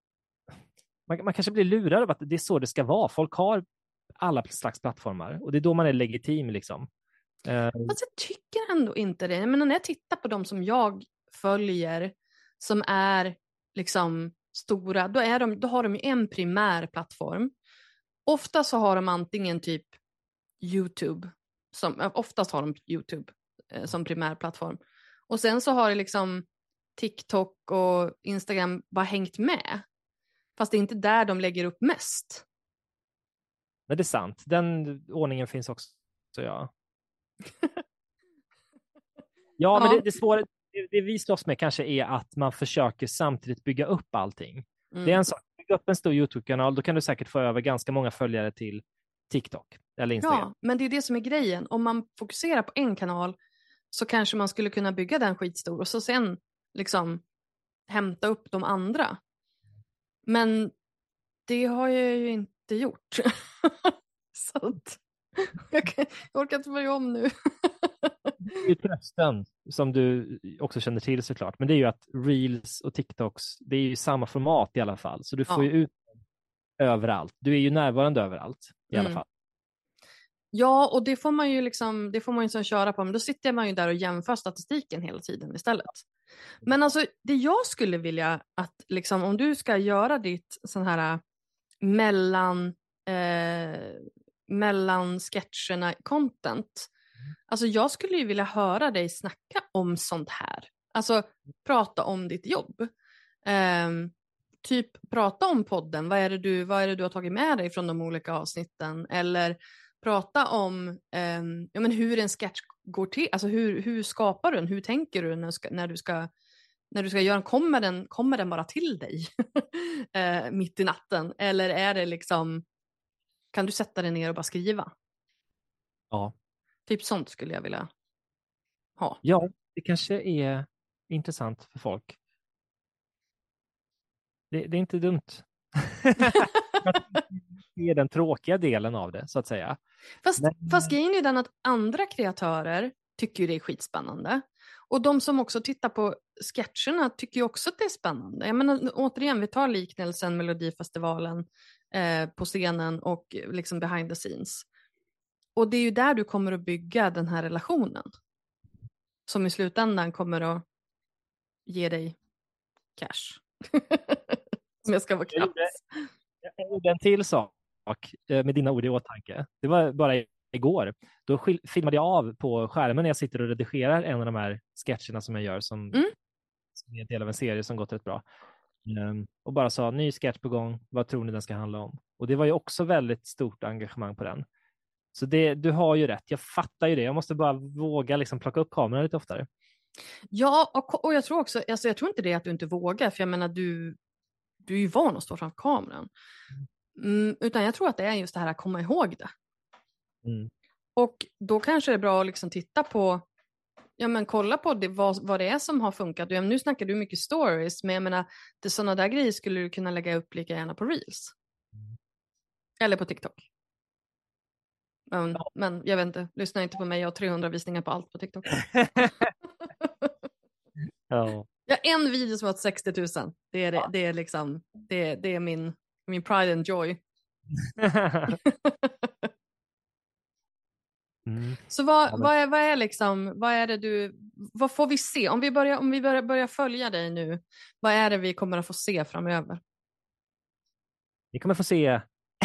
Man, man kanske blir lurad av att det är så det ska vara. Folk har alla slags plattformar och det är då man är legitim liksom. Uh, Fast jag tycker ändå inte det. Men när jag tittar på de som jag följer som är liksom stora, då, är de, då har de ju en primär plattform. Ofta så har de antingen typ YouTube, som, oftast har de YouTube eh, som primär plattform. Och sen så har det liksom TikTok och Instagram bara hängt med. Fast det är inte där de lägger upp mest. Men det är sant. Den ordningen finns också, så ja. ja, ja, men det, det svåra, det, det vi slåss med kanske är att man försöker samtidigt bygga upp allting. Mm. Det är en sak, bygga upp en stor YouTube-kanal, då kan du säkert få över ganska många följare till TikTok eller Instagram. Ja, men det är det som är grejen. Om man fokuserar på en kanal så kanske man skulle kunna bygga den skitstor och så sen liksom hämta upp de andra. Men det har jag ju inte gjort. Så att jag, kan, jag orkar inte börja om nu. Det är ju trösten som du också känner till såklart. Men det är ju att Reels och TikToks, det är ju samma format i alla fall. Så du får Ja. ju ut överallt. Du är ju närvarande överallt i alla Mm. fall. Ja, och det får man ju liksom, det får man ju liksom köra på. Men då sitter man ju där och jämför statistiken hela tiden istället. Men alltså, det jag skulle vilja att liksom, om du ska göra ditt sån här mellan, eh, mellan sketcherna content. Alltså jag skulle ju vilja höra dig snacka om sånt här. Alltså prata om ditt jobb. Eh, typ prata om podden. Vad är det du, vad är det du har tagit med dig från de olika avsnitten? Eller prata om eh, ja, men hur en sketch går till. Alltså hur, hur skapar du den? Hur tänker du när, ska, när du ska när du ska göra den? Kommer den, kommer den bara till dig eh, mitt i natten? Eller är det liksom, kan du sätta dig ner och bara skriva? Ja. Typ sånt skulle jag vilja ha. Ja, det kanske är intressant för folk. Det, det är inte dumt. Det är den tråkiga delen av det, så att säga. Fast, Men... fast grejen är den att andra kreatörer tycker ju det är skitspännande. Och de som också tittar på sketcherna tycker ju också att det är spännande. Jag menar, återigen, vi tar liknelsen Melodifestivalen eh, på scenen och liksom behind the scenes. Och det är ju där du kommer att bygga den här relationen. Som i slutändan kommer att ge dig cash. Om jag ska vara krass. Jag gjorde en till sak med dina ord i åtanke. Det var bara igår. Då filmade jag av på skärmen när jag sitter och redigerar en av de här sketcherna som jag gör som, mm. som är en del av en serie som gått rätt bra. Um, och bara sa, ny sketch på gång, vad tror ni den ska handla om? Och det var ju också väldigt stort engagemang på den. Så det, du har ju rätt, jag fattar ju det. Jag måste bara våga liksom plocka upp kameran lite oftare. Ja, och, och jag tror också, alltså jag tror inte det är att du inte vågar, för jag menar du, du är ju van att stå framför kameran. Mm, utan jag tror att det är just det här att komma ihåg det. Mm. Och då kanske det är bra att liksom titta på, ja men kolla på det, vad, vad det är som har funkat. Ja, nu snackar du mycket stories, men jag menar, det sådana där grejer skulle du kunna lägga upp lika gärna på Reels. Mm. Eller på TikTok. Men, ja. men jag vet inte, lyssna inte på mig, jag har trehundra visningar på allt på TikTok. ja. Jag har en video som har sextio tusen. Det är, det, det är liksom, det, det är min, min pride and joy. Mm. Så vad, ja, men... vad, är, vad är liksom, vad är det du, vad får vi se? Om vi börjar, om vi börjar, börjar följa dig nu, vad är det vi kommer att få se framöver? Vi kommer att få se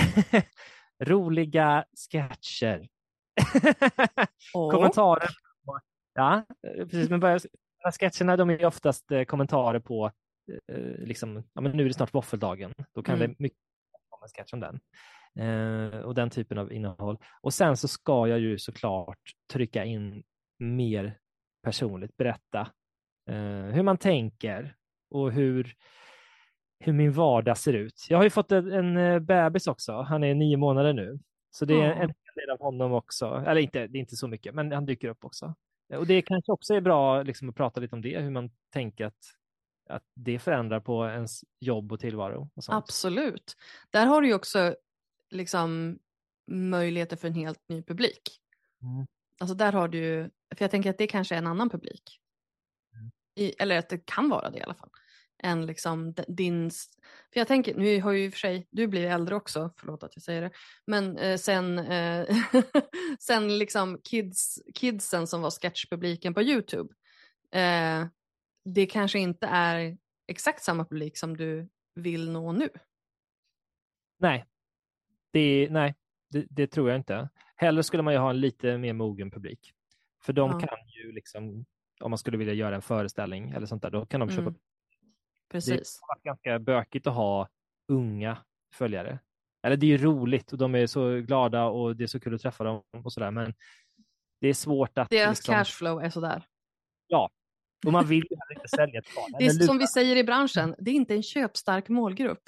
roliga sketcher. Oh. Kommentarer. Ja, precis. Men börjar, de här sketcherna, de är oftast eh, kommentarer på eh, liksom, ja, men nu är det snart våffeldagen. Då kan mm. det mycket komma en sketch om den. Eh, och den typen av innehåll. Och sen så ska jag ju såklart trycka in mer personligt, berätta eh, hur man tänker och hur, hur min vardag ser ut. Jag har ju fått en, en bebis också, han är nio månader nu. Så det är mm. en del av honom också, eller inte, det är inte så mycket, men han dyker upp också. Och det kanske också är bra liksom, att prata lite om det, hur man tänker att, att det förändrar på ens jobb och tillvaro. Och sånt. Absolut. Där har du ju också liksom möjligheter för en helt ny publik. Mm. Alltså där har du, för jag tänker att det kanske är en annan publik. Mm. I, eller att det kan vara det i alla fall. Än liksom din, för jag tänker, nu har ju i och för sig, du blir äldre också, förlåt att jag säger det, men eh, sen eh, sen liksom kids, kidsen som var sketchpubliken på YouTube, eh, det kanske inte är exakt samma publik som du vill nå nu. Nej. Det, nej, det, det tror jag inte. Hellre skulle man ju ha en lite mer mogen publik. För de ja. kan ju liksom, om man skulle vilja göra en föreställning eller sånt där, då kan de köpa. Mm. Precis. Det är ganska bökigt att ha unga följare. Eller det är ju roligt och de är så glada och det är så kul att träffa dem och sådär, men det är svårt att... Deras liksom... cashflow är sådär. Ja, och man vill ju inte sälja ett par. Det är som vi säger i branschen, det är inte en köpstark målgrupp.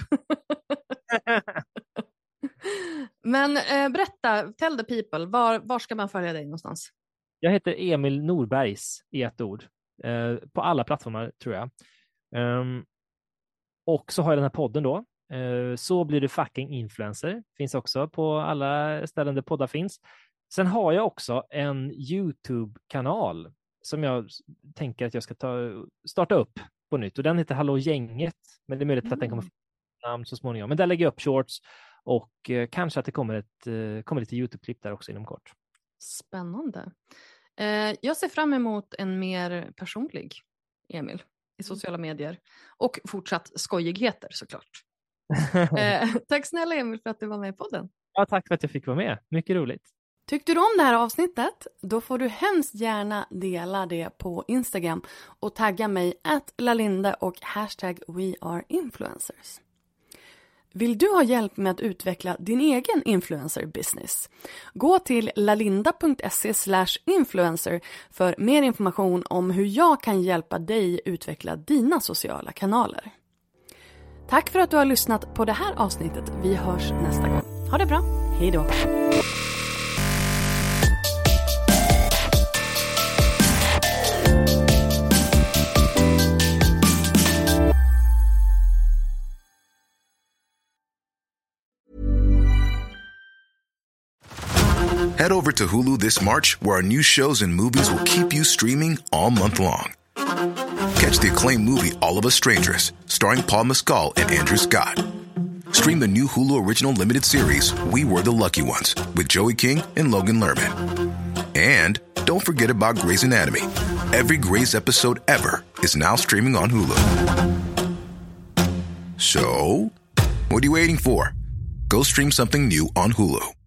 Men eh, berätta, tell the people, var, var ska man följa dig någonstans? Jag heter Emil Norbergs i ett ord. Eh, på alla plattformar tror jag. Um, och så har jag den här podden då. Uh, så blir det fucking influencer. Finns också på alla ställen där poddar finns. Sen har jag också en YouTube-kanal som jag tänker att jag ska ta, starta upp på nytt. Och den heter Hallå Gänget. Men det är möjligt att mm. den kommer få namn så småningom. Men där lägger jag upp shorts. Och eh, kanske att det kommer, ett, eh, kommer lite YouTube-klipp där också inom kort. Spännande. Eh, jag ser fram emot en mer personlig Emil i sociala medier. Och fortsatt skojigheter såklart. eh, tack snälla Emil för att du var med i podden. Ja, tack för att jag fick vara med. Mycket roligt. Tyckte du om det här avsnittet? Då får du hemskt gärna dela det på Instagram. Och tagga mig at lalinda och hashtag weareinfluencers. Vill du ha hjälp med att utveckla din egen influencer business? Gå till lalinda.se slash influencer för mer information om hur jag kan hjälpa dig utveckla dina sociala kanaler. Tack för att du har lyssnat på det här avsnittet. Vi hörs nästa gång. Ha det bra. Hej då. Head over to Hulu this March, where our new shows and movies will keep you streaming all month long. Catch the acclaimed movie All of Us Strangers, starring Paul Mescal and Andrew Scott. Stream the new Hulu original limited series We Were the Lucky Ones with Joey King and Logan Lerman. And don't forget about Grey's Anatomy. Every Grey's episode ever is now streaming on Hulu. So, what are you waiting for? Go stream something new on Hulu.